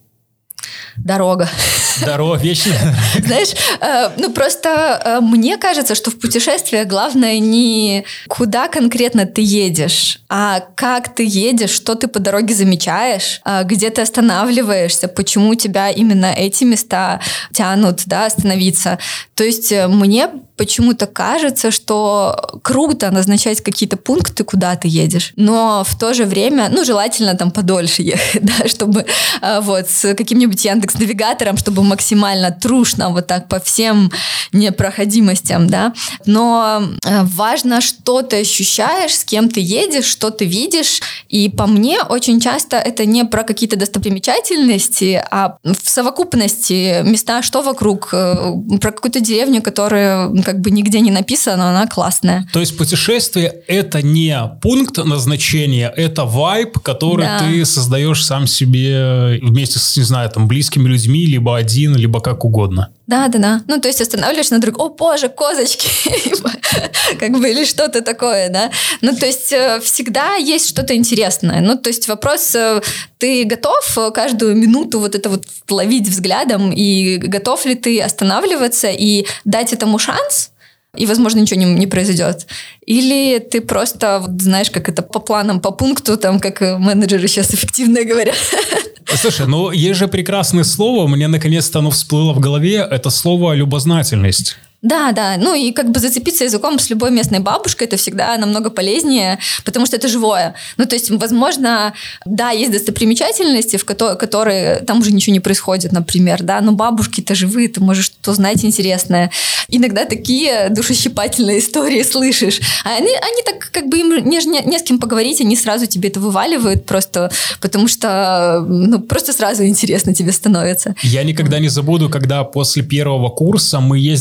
Дорога. Дорога вечно. Знаешь, просто мне кажется, что в путешествиях главное не куда конкретно ты едешь, а как ты едешь, что ты по дороге замечаешь, где ты останавливаешься, почему тебя именно эти места тянут, остановиться. То есть мне почему-то кажется, что круто назначать какие-то пункты, куда ты едешь, но в то же время, желательно там подольше ехать, чтобы с каким-нибудь Яндекс.Навигатором, чтобы максимально трушно вот так по всем непроходимостям, но важно, что ты ощущаешь, с кем ты едешь, что ты видишь, и по мне очень часто это не про какие-то достопримечательности, а в совокупности места, что вокруг, про какую-то деревню, которая нигде не написана, но она классная. То есть путешествие — это не пункт назначения, это вайб, который ты создаешь сам себе вместе с, не знаю, близкими людьми, либо один, либо как угодно. Да. То есть останавливаешься на друг, о боже, козочки, или что-то такое, то есть всегда есть что-то интересное. То есть вопрос, ты готов каждую минуту ловить взглядом, и готов ли ты останавливаться и дать этому шанс, и, возможно, ничего не произойдет. Или ты просто, знаешь, как это по планам, по пункту, как менеджеры сейчас эффективно говорят. Слушай, есть же прекрасное слово, мне наконец-то оно всплыло в голове, это слово «любознательность». Да, и зацепиться языком с любой местной бабушкой, это всегда намного полезнее, потому что это живое. То есть, возможно, есть достопримечательности, в которые там уже ничего не происходит, например, но бабушки-то живые, ты можешь что-то узнать интересное. Иногда такие душещипательные истории слышишь. А они так, им не с кем поговорить, они сразу тебе это вываливают просто, потому что, просто сразу интересно тебе становится. Я никогда не забуду, когда после первого курса мы ездили на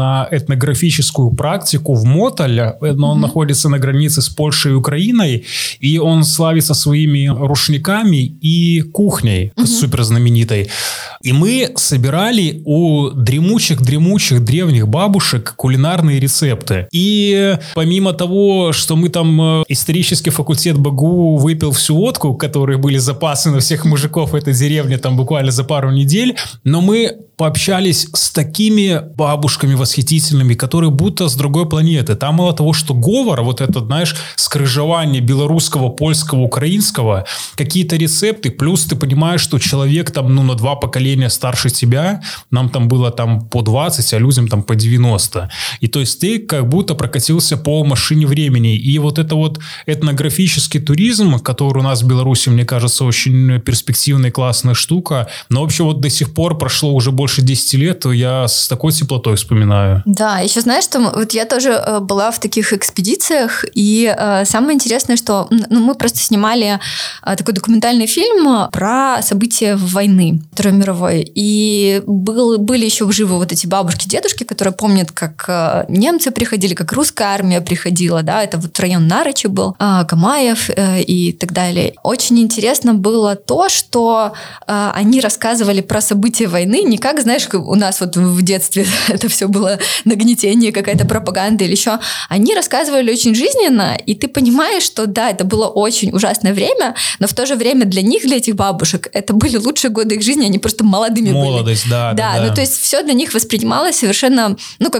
на этнографическую практику в Мотоле. Он находится на границе с Польшей и Украиной, и он славится своими рушниками и кухней супер знаменитой. И мы собирали у дремучих древних бабушек кулинарные рецепты. И помимо того, что мы там исторический факультет БГУ выпил всю водку, которые были запасы на всех мужиков этой деревни там буквально за пару недель, но мы пообщались с такими бабушками восхитительными, которые будто с другой планеты. Там мало того, что говор, вот это, знаешь, скрыжевание белорусского, польского, украинского, какие-то рецепты, плюс ты понимаешь, что человек там, на 2 поколения старше тебя, нам там было там по 20, а людям там по 90. И то есть ты как будто прокатился по машине времени. И вот это вот этнографический туризм, который у нас в Беларуси, мне кажется, очень перспективная и классная штука, но вообще вот до сих пор прошло уже больше 10 лет, я с такой теплотой вспоминаю. Да, еще знаешь, что вот я тоже была в таких экспедициях, и самое интересное, что мы просто снимали такой документальный фильм про события войны Второй мировой, и были еще живы вот эти бабушки, дедушки, которые помнят, как немцы приходили, как русская армия приходила, да, это вот район Нарычи был, Камаев и так далее. Очень интересно было то, что они рассказывали про события войны не как, знаешь, у нас вот в детстве это все было нагнетение, какая-то пропаганда или еще. Они рассказывали очень жизненно, и ты понимаешь, что да, это было очень ужасное время, но в то же время для них, для этих бабушек, это были лучшие годы их жизни, они просто молодыми были. Молодость, да. Ну, то есть все для них воспринималось совершенно,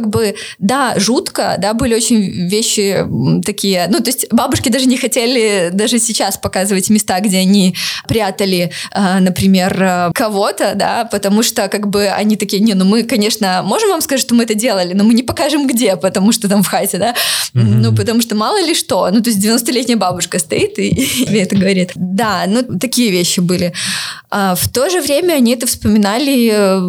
жутко, да, были очень вещи такие, то есть бабушки даже не хотели даже сейчас показывать места, где они прятали, например, кого-то, да, потому что они такие, мы, конечно, можем вам сказать, что мы это делали, но мы не покажем где, потому что там в хате, да, потому что мало ли что, то есть 90-летняя бабушка стоит и это говорит. Да, такие вещи были. В то же время они это вспоминали,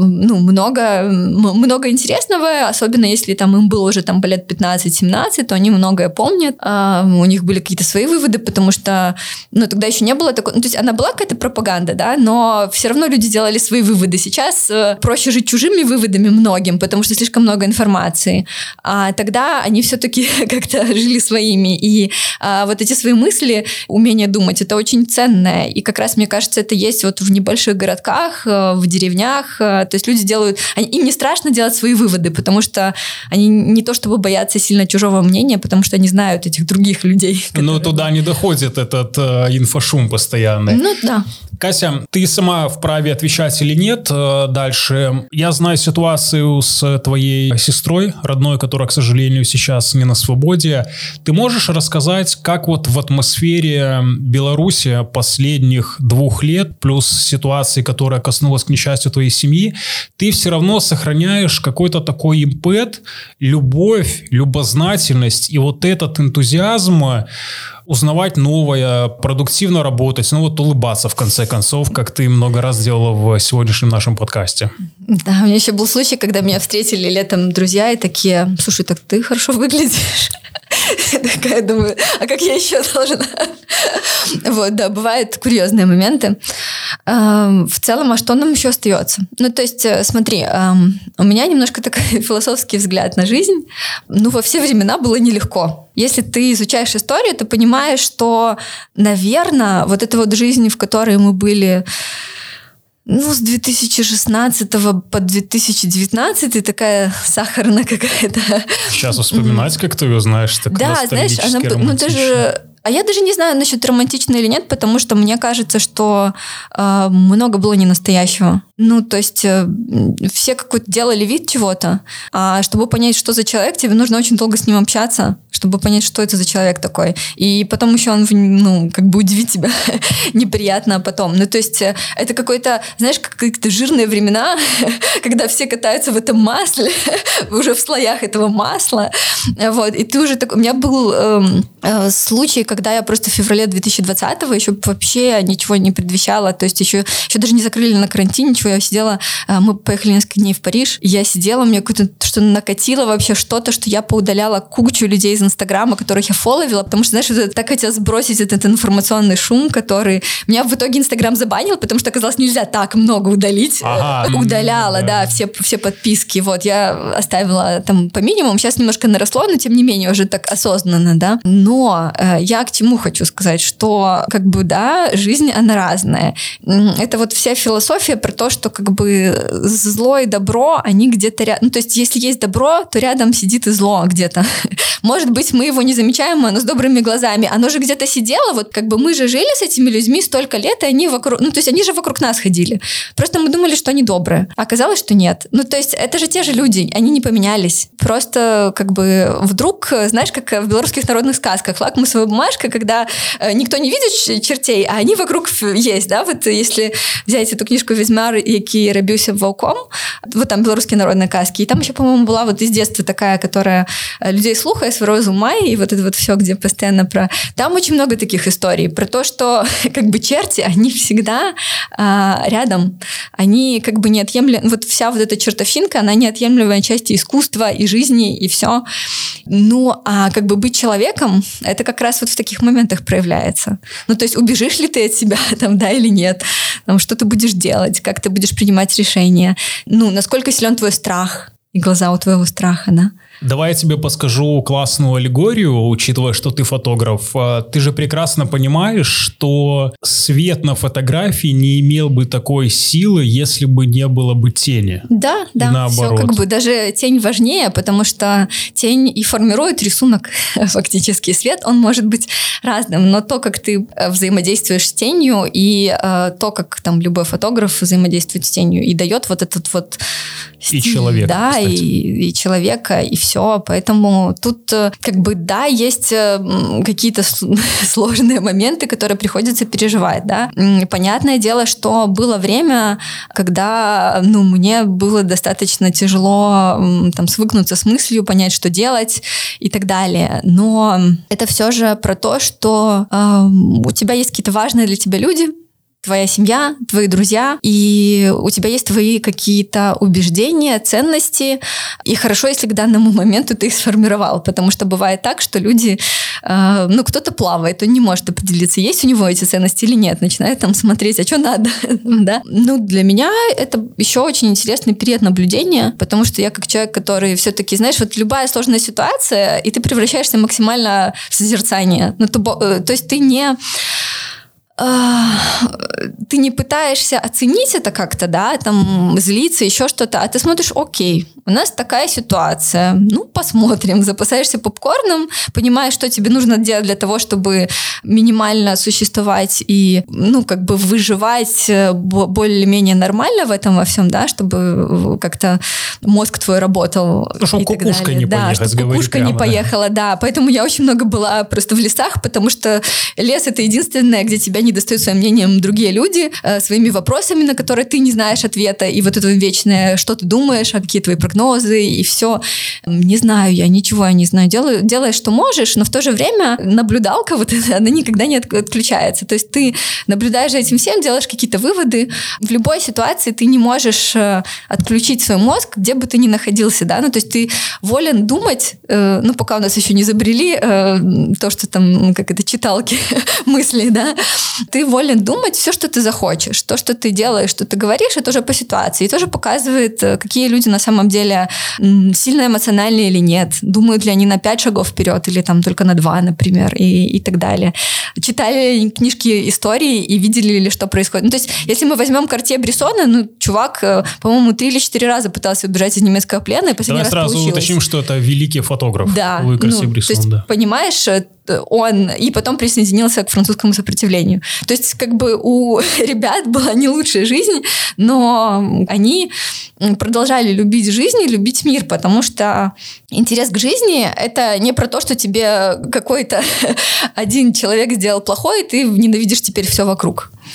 много интересного, особенно если там им было уже там по лет 15-17, то они многое помнят, у них были какие-то свои выводы, потому что, тогда еще не было такой, то есть она была какая-то пропаганда, да, но все равно люди делали свои выводы. Сейчас проще жить чужими выводами многим, потому что слишком много информации. А тогда они все-таки как-то жили своими. И вот эти свои мысли, умение думать, это очень ценное. И как раз, мне кажется, это есть вот в небольших городках, в деревнях. То есть люди делают... Им не страшно делать свои выводы, потому что они не то чтобы боятся сильно чужого мнения, потому что они знают этих других людей. Но туда не доходит этот инфошум постоянный. Да. Кася, ты сама вправе отвечать или нет дальше? Я знаю ситуацию с твоей сестрой родной, которая, к сожалению, сейчас не на свободе. Ты можешь рассказать, как вот в атмосфере Беларуси последних 2 лет, плюс ситуации, которая коснулась, к несчастью, твоей семьи, ты все равно сохраняешь какой-то такой импет, любовь, любознательность и вот этот энтузиазм узнавать новое, продуктивно работать, улыбаться в конце концов, как ты много раз делала в сегодняшнем нашем подкасте. Да, у меня еще был случай, когда меня встретили летом друзья и такие: слушай, так ты хорошо выглядишь. Я такая думаю, а как я еще должна? Вот, да, бывают курьезные моменты. В целом, а что нам еще остается? То есть, смотри, у меня немножко такой философский взгляд на жизнь. Во все времена было нелегко. Если ты изучаешь историю, ты понимаешь, что, наверное, вот эта вот жизнь, в которой мы были... с 2016 по 2019 такая сахарная какая-то. Сейчас вспоминать, как ты ее знаешь, так ностальгически, романтично. А я даже не знаю, насчет романтично или нет, потому что мне кажется, что много было ненастоящего. То есть все какой-то делали вид чего-то, а чтобы понять, что за человек, тебе нужно очень долго с ним общаться, чтобы понять, что это за человек такой. И потом еще он, удивит тебя неприятно потом. То есть это какой-то, знаешь, какие-то жирные времена, когда все катаются в этом масле, уже в слоях этого масла. Вот. И ты уже такой... У меня был случай, когда я просто в феврале 2020-го еще вообще ничего не предвещала, то есть еще даже не закрыли на карантин, ничего я сидела, мы поехали несколько дней в Париж, я сидела, мне какое-то что накатило вообще что-то, что я поудаляла кучу людей из Инстаграма, которых я фолловила, потому что, знаешь, так хотела сбросить этот информационный шум, который... Меня в итоге Инстаграм забанил, потому что оказалось, нельзя так много удалить. Удаляла, да, все подписки. Вот, я оставила там по минимуму, сейчас немножко наросло, но тем не менее уже так осознанно, да. Но я к чему хочу сказать, что как бы, да, жизнь, она разная. Это вот вся философия про то, что как бы зло и добро, они где-то рядом. Ну, то есть, если есть добро, то рядом сидит и зло где-то. Может быть, мы его не замечаем, оно с добрыми глазами. Оно же где-то сидело, вот как бы мы же жили с этими людьми столько лет, и они вокруг... Ну, то есть, они же вокруг нас ходили. Просто мы думали, что они добрые. А оказалось, что нет. Ну, то есть, это же те же люди, они не поменялись. Просто как бы вдруг, знаешь, как в белорусских народных сказках, лакмусовая бумажка, когда никто не видит чертей, а они вокруг есть, да? Вот если взять эту книжку «Ведьмар, який рабіўся ваўком», вот там белорусские народные сказки, и там еще, по-моему, была вот из детства такая, которая людей слухает, сварозу май, и вот это вот все, где постоянно про... Там очень много таких историй про то, что как бы черти, они всегда рядом, они как бы неотъемлемые, вот вся вот эта чертовщинка, она неотъемлемая часть искусства и жизни, и все. Ну, а как бы быть человеком, это как раз вот в таких моментах проявляется. Ну, то есть убежишь ли ты от себя там, да, или нет? Там, что ты будешь делать? Как ты будешь принимать решения? Ну, насколько силен твой страх и глаза у твоего страха, да? Давай я тебе подскажу классную аллегорию, учитывая, что ты фотограф. Ты же прекрасно понимаешь, что свет на фотографии не имел бы такой силы, если бы не было бы тени. Да, да, наоборот. Все как бы даже тень важнее, потому что тень и формирует рисунок, фактически. Свет, он может быть разным, но то, как ты взаимодействуешь с тенью, и то, как там любой фотограф взаимодействует с тенью, и дает вот этот вот стиль, и человека, да, и человека, и все. Поэтому тут как бы, да, есть какие-то сложные моменты, которые приходится переживать, да. Понятное дело, что было время, когда, ну, мне было достаточно тяжело там свыкнуться с мыслью, понять, что делать и так далее. Но это все же про то, что у тебя есть какие-то важные для тебя люди, твоя семья, твои друзья, и у тебя есть твои какие-то убеждения, ценности, и хорошо, если к данному моменту ты их сформировал, потому что бывает так, что люди, ну, кто-то плавает, он не может определиться, есть у него эти ценности или нет, начинает там смотреть, а что надо, да. Ну, для меня это еще очень интересный период наблюдения, потому что я как человек, который все-таки, знаешь, вот любая сложная ситуация, и ты превращаешься максимально в созерцание, ну, то есть ты не пытаешься оценить это как-то, да, там, злиться, еще что-то, а ты смотришь, окей, у нас такая ситуация, ну, посмотрим, запасаешься попкорном, понимаешь, что тебе нужно делать для того, чтобы минимально существовать и, ну, как бы выживать более-менее нормально в этом во всем, да, чтобы как-то мозг твой работал. Ну, чтобы кукушка не поехала, да, чтобы кукушка не поехала, да, поэтому я очень много была просто в лесах, потому что лес — это единственное, где тебя не достают своим мнением другие люди, своими вопросами, на которые ты не знаешь ответа, и вот это вечное, что ты думаешь, а какие твои прогнозы, и все. Не знаю, я ничего не знаю. Делай, что можешь, но в то же время наблюдалка, вот эта, она никогда не отключается. То есть ты наблюдаешь за этим всем, делаешь какие-то выводы. В любой ситуации ты не можешь отключить свой мозг, где бы ты ни находился, да, ну, то есть ты волен думать, ну, пока у нас еще не изобрели то, что там, как это, читалки мыслей, да, ты волен думать все, что ты захочешь. То, что ты делаешь, что ты говоришь, это уже по ситуации. И тоже показывает, какие люди на самом деле сильно эмоциональные или нет. Думают ли они на 5 шагов вперед или там только на 2, например, и так далее. Читали книжки истории и видели ли, что происходит. Ну, то есть, если мы возьмем Картье-Брессона, ну, чувак, по-моему, 3 или 4 раза пытался убежать из немецкого плена, и последний раз получилось. Давай сразу уточним, что это великий фотограф. Да. Луи Картье-Брессон, то есть, да. Понимаешь, он и потом присоединился к французскому сопротивлению. То есть, как бы у ребят была не лучшая жизнь, но они продолжали любить жизнь и любить мир, потому что интерес к жизни — это не про то, что тебе какой-то один человек сделал плохое, и ты ненавидишь теперь все вокруг.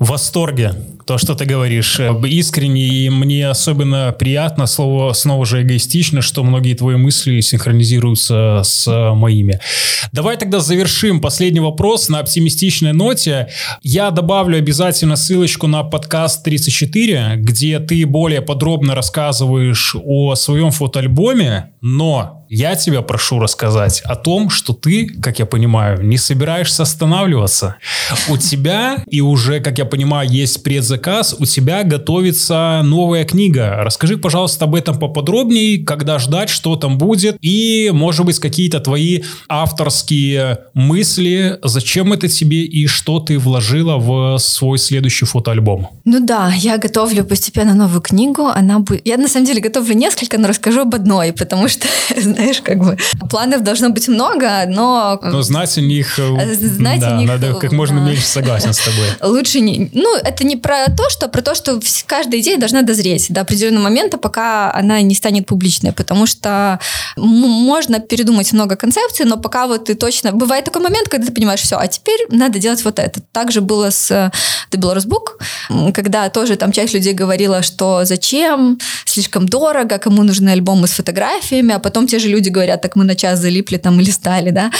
в восторге. То, что ты говоришь, искренне, и мне особенно приятно, снова же эгоистично, что многие твои мысли синхронизируются с моими. Давай тогда завершим последний вопрос на оптимистичной ноте. Я добавлю обязательно ссылочку на подкаст 34, где ты более подробно рассказываешь о своем фотоальбоме, но я тебя прошу рассказать о том, что ты, как я понимаю, не собираешься останавливаться. У тебя, и уже, как я понимаю, есть предзаказ, у тебя готовится новая книга. Расскажи, пожалуйста, об этом поподробнее, когда ждать, что там будет, и, может быть, какие-то твои авторские мысли, зачем это тебе и что ты вложила в свой следующий фотоальбом. Ну да, я готовлю постепенно новую книгу. Я на самом деле готовлю несколько, но расскажу об одной, потому что, знаешь, как бы планов должно быть много, но... Но знать о них... надо как можно меньше, согласен с тобой. Лучше не... Ну, это не про то, что каждая идея должна дозреть до определенного момента, пока она не станет публичной, потому что можно передумать много концепций, но пока вот ты точно... Бывает такой момент, когда ты понимаешь, все, а теперь надо делать вот это. Также было с The Belarus Book, когда тоже там часть людей говорила, что зачем, слишком дорого, кому нужны альбомы с фотографиями, а потом те же люди говорят, так мы на час залипли там или стали, да?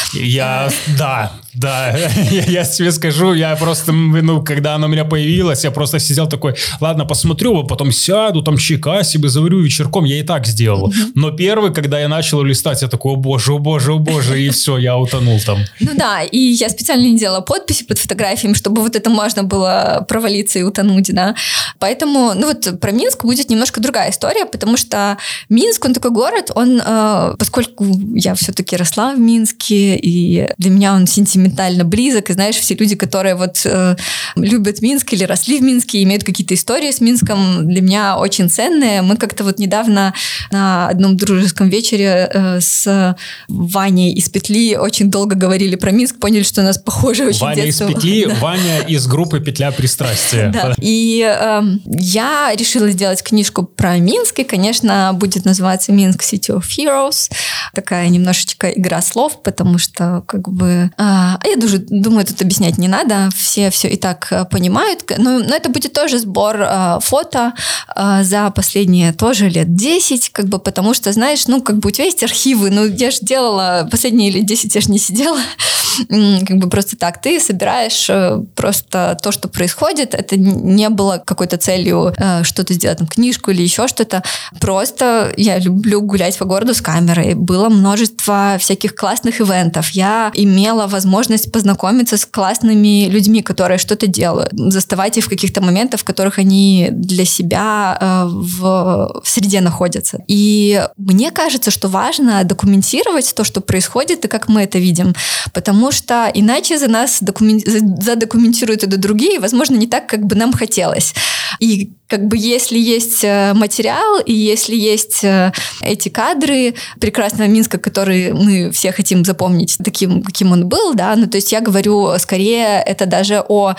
Да, я тебе скажу, я просто, когда оно у меня появилось, я просто сидел такой, ладно, посмотрю, а потом сяду, там чайка себе заварю вечерком, я и так сделал. Но первый, когда я начал листать, я такой, о боже, и все, я утонул там. Ну да, и я специально не делала подписи под фотографиями, чтобы вот это можно было провалиться и утонуть, да. Поэтому, вот про Минск будет немножко другая история, потому что Минск, он такой город, он, поскольку я все-таки росла в Минске, и для меня он сентиментально близок, и знаешь, все люди, которые вот любят Минск или росли в Минске, имеют какие-то истории с Минском, для меня очень ценные. Мы как-то вот недавно на одном дружеском вечере с Ваней из Петли очень долго говорили про Минск, поняли, что у нас похоже очень Ваня детство. Ваня из Петли, да. Ваня из группы «Петля пристрастия». Да. И я решила сделать книжку про Минск, и, конечно, будет называться «Минск City of Heroes». Такая немножечко игра слов, потому что как бы... я думаю, тут объяснять не надо, все и так понимают, но это будет тоже сбор фото за последние тоже лет 10, как бы, потому что, знаешь, как бы у тебя есть архивы, я же делала последние лет 10, я же не сидела, как бы просто так, ты собираешь просто то, что происходит, это не было какой-то целью что-то сделать, там, книжку или еще что-то, просто я люблю гулять по городу с камерой, было множество всяких классных ивентов, я имела возможность познакомиться с классными людьми, которые что-то делают, заставать их в каких-то моментах, в которых они для себя в среде находятся. И мне кажется, что важно документировать то, что происходит, и как мы это видим, потому что иначе за нас задокументируют это другие, возможно, не так, как бы нам хотелось. И как бы если есть материал, и если есть эти кадры прекрасного Минска, которые мы все хотим запомнить таким, каким он был, да, то есть я говорю скорее это даже о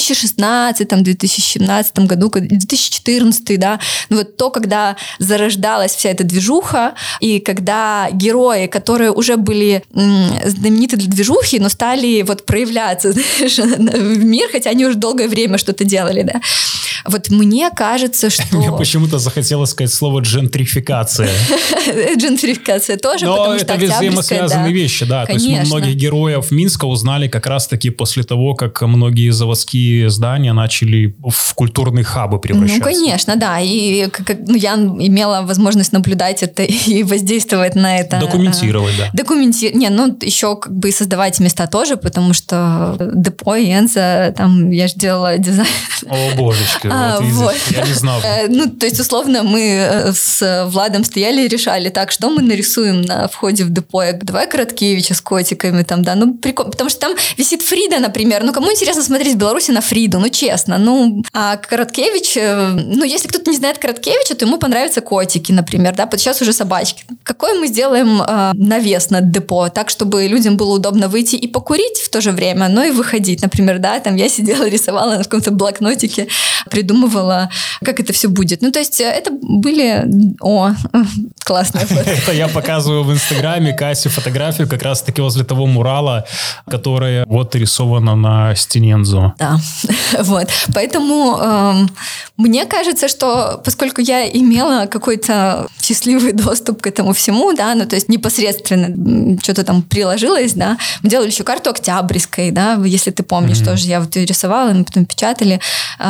2016-2017 году, 2014, да, вот то, когда зарождалась вся эта движуха, и когда герои, которые уже были знамениты для движухи, но стали вот проявляться, знаешь, в мир, хотя они уже долгое время что-то делали, да. Вот мне кажется, что... Мне почему-то захотелось сказать слово «джентрификация». Джентрификация тоже, потому что это взаимосвязанные вещи, да. То есть мы многих героев Минска узнали как раз-таки после того, как многие заводские здания начали в культурные хабы превращаться. Конечно, да. И я имела возможность наблюдать это и воздействовать на это. Документировать, да. Еще как бы и создавать места тоже, потому что Депо и Энза, там я же делала дизайн. О, божечки. Вот. Я не знал. То есть, условно, мы с Владом стояли и решали, так, что мы нарисуем на входе в депо? Давай Короткевича с котиками там, да, прикольно, потому что там висит Фрида, например, кому интересно смотреть в Беларуси на Фриду, честно, а Короткевич, если кто-то не знает Короткевича, то ему понравятся котики, например, да, сейчас уже собачки. Какой мы сделаем навес над депо, так, чтобы людям было удобно выйти и покурить в то же время, но и выходить, например, да, там я сидела, рисовала на каком-то блокнотике придумывала, как это все будет. Ну, то есть это были... классная фото. Это я показываю в Инстаграме Кассе фотографию как раз-таки возле того мурала, которое вот рисовано на стене Энзо. Да, вот. Поэтому мне кажется, что поскольку я имела какой-то счастливый доступ к этому всему, да, ну, то есть непосредственно что-то там приложилось, да, мы делали еще карту Октябрьской, да, если ты помнишь, тоже я вот ее рисовала, мы потом печатали,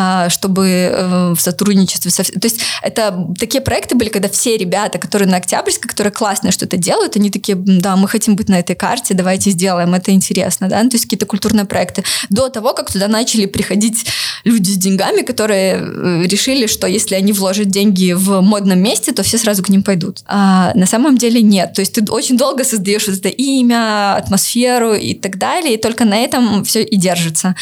чтобы в сотрудничестве со... То есть это такие проекты были, когда все ребята, которые на Октябрьской, которые классно что-то делают, они такие, да, мы хотим быть на этой карте, давайте сделаем, это интересно, да, ну, то есть какие-то культурные проекты. До того, как туда начали приходить люди с деньгами, которые решили, что если они вложат деньги в модном месте, то все сразу к ним пойдут. А на самом деле нет. То есть ты очень долго создаешь вот это имя, атмосферу и так далее, и только на этом все и держится.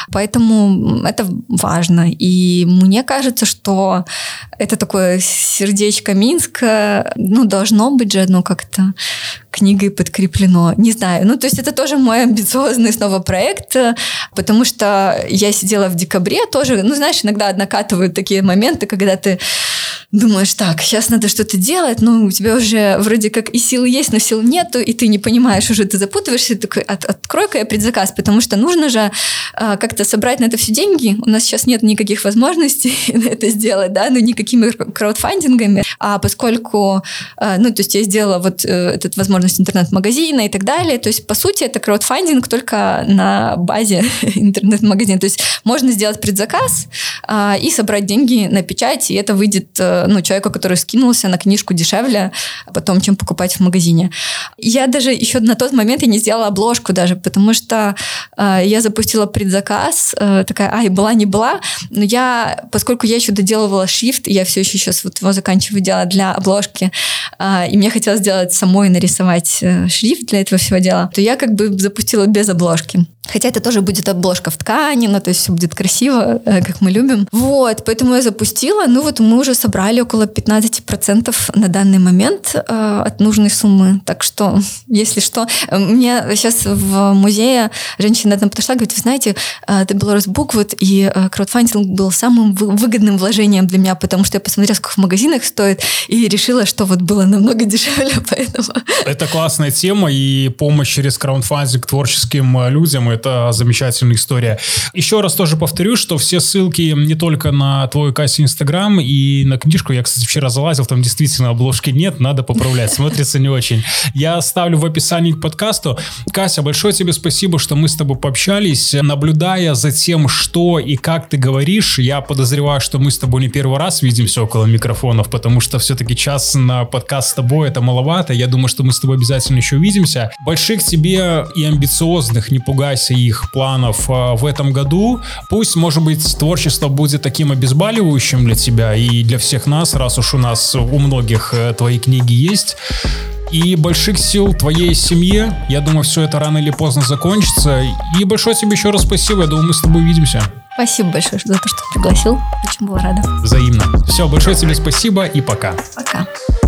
Поэтому это важно. И мне кажется, что это такое сердечко Минска, ну, должно быть же, ну, как-то книгой подкреплено. Не знаю. Ну, то есть это тоже мой амбициозный снова проект, потому что я сидела в декабре тоже, ну, знаешь, иногда накатывают такие моменты, когда ты думаешь, так, сейчас надо что-то делать, ну, у тебя уже вроде как и силы есть, но сил нету, и ты не понимаешь уже, ты запутываешься, и такой, открой-ка я предзаказ, потому что нужно же как-то собрать на это все деньги. У нас сейчас нет никаких возможностей на это сделать, да, ну, никакими краудфандингами, а поскольку, ну, то есть я сделала вот эту возможность интернет-магазина и так далее, то есть, по сути, это краудфандинг только на базе интернет-магазина, то есть можно сделать предзаказ и собрать деньги на печать, и это выйдет, ну, человеку, который скинулся на книжку дешевле потом, чем покупать в магазине. Я даже еще на тот момент я не сделала обложку даже, потому что я запустила предзаказ, такая, была не была, но я, поскольку я еще доделывала шрифт, я все еще сейчас вот его заканчиваю делать для обложки, и мне хотелось сделать самой, нарисовать шрифт для этого всего дела, то я как бы запустила без обложки. Хотя это тоже будет обложка в ткани, ну, то есть все будет красиво, как мы любим. Вот, поэтому я запустила. Ну, вот мы уже собрали около 15% на данный момент от нужной суммы. Так что, если что... Мне сейчас в музее женщина там подошла, говорит, вы знаете, это Беларусь Бук, вот, и краудфандинг был самым выгодным вложением для меня, потому что я посмотрела, сколько в магазинах стоит, и решила, что вот было намного дешевле, поэтому... Это классная тема, и помощь через краудфандинг творческим людям — это замечательная история. Еще раз тоже повторю, что все ссылки не только на твой Кася Инстаграм и на книжку. Я, кстати, вчера залазил, там действительно обложки нет, надо поправлять, смотрится не очень. Я оставлю в описании к подкасту. Кася, большое тебе спасибо, что мы с тобой пообщались. Наблюдая за тем, что и как ты говоришь, я подозреваю, что мы с тобой не первый раз видимся около микрофонов, потому что все-таки час на подкаст с тобой — это маловато. Я думаю, что мы с тобой обязательно еще увидимся. Больших тебе и амбициозных, не пугайся их планов в этом году. Пусть, может быть, творчество будет таким обезболивающим для тебя и для всех нас, раз уж у нас у многих твои книги есть. И больших сил твоей семье. Я думаю, все это рано или поздно закончится. И большое тебе еще раз спасибо. Я думаю, мы с тобой увидимся. Спасибо большое за то, что пригласил. Очень была рада. Взаимно. Все, большое тебе спасибо и пока. Пока.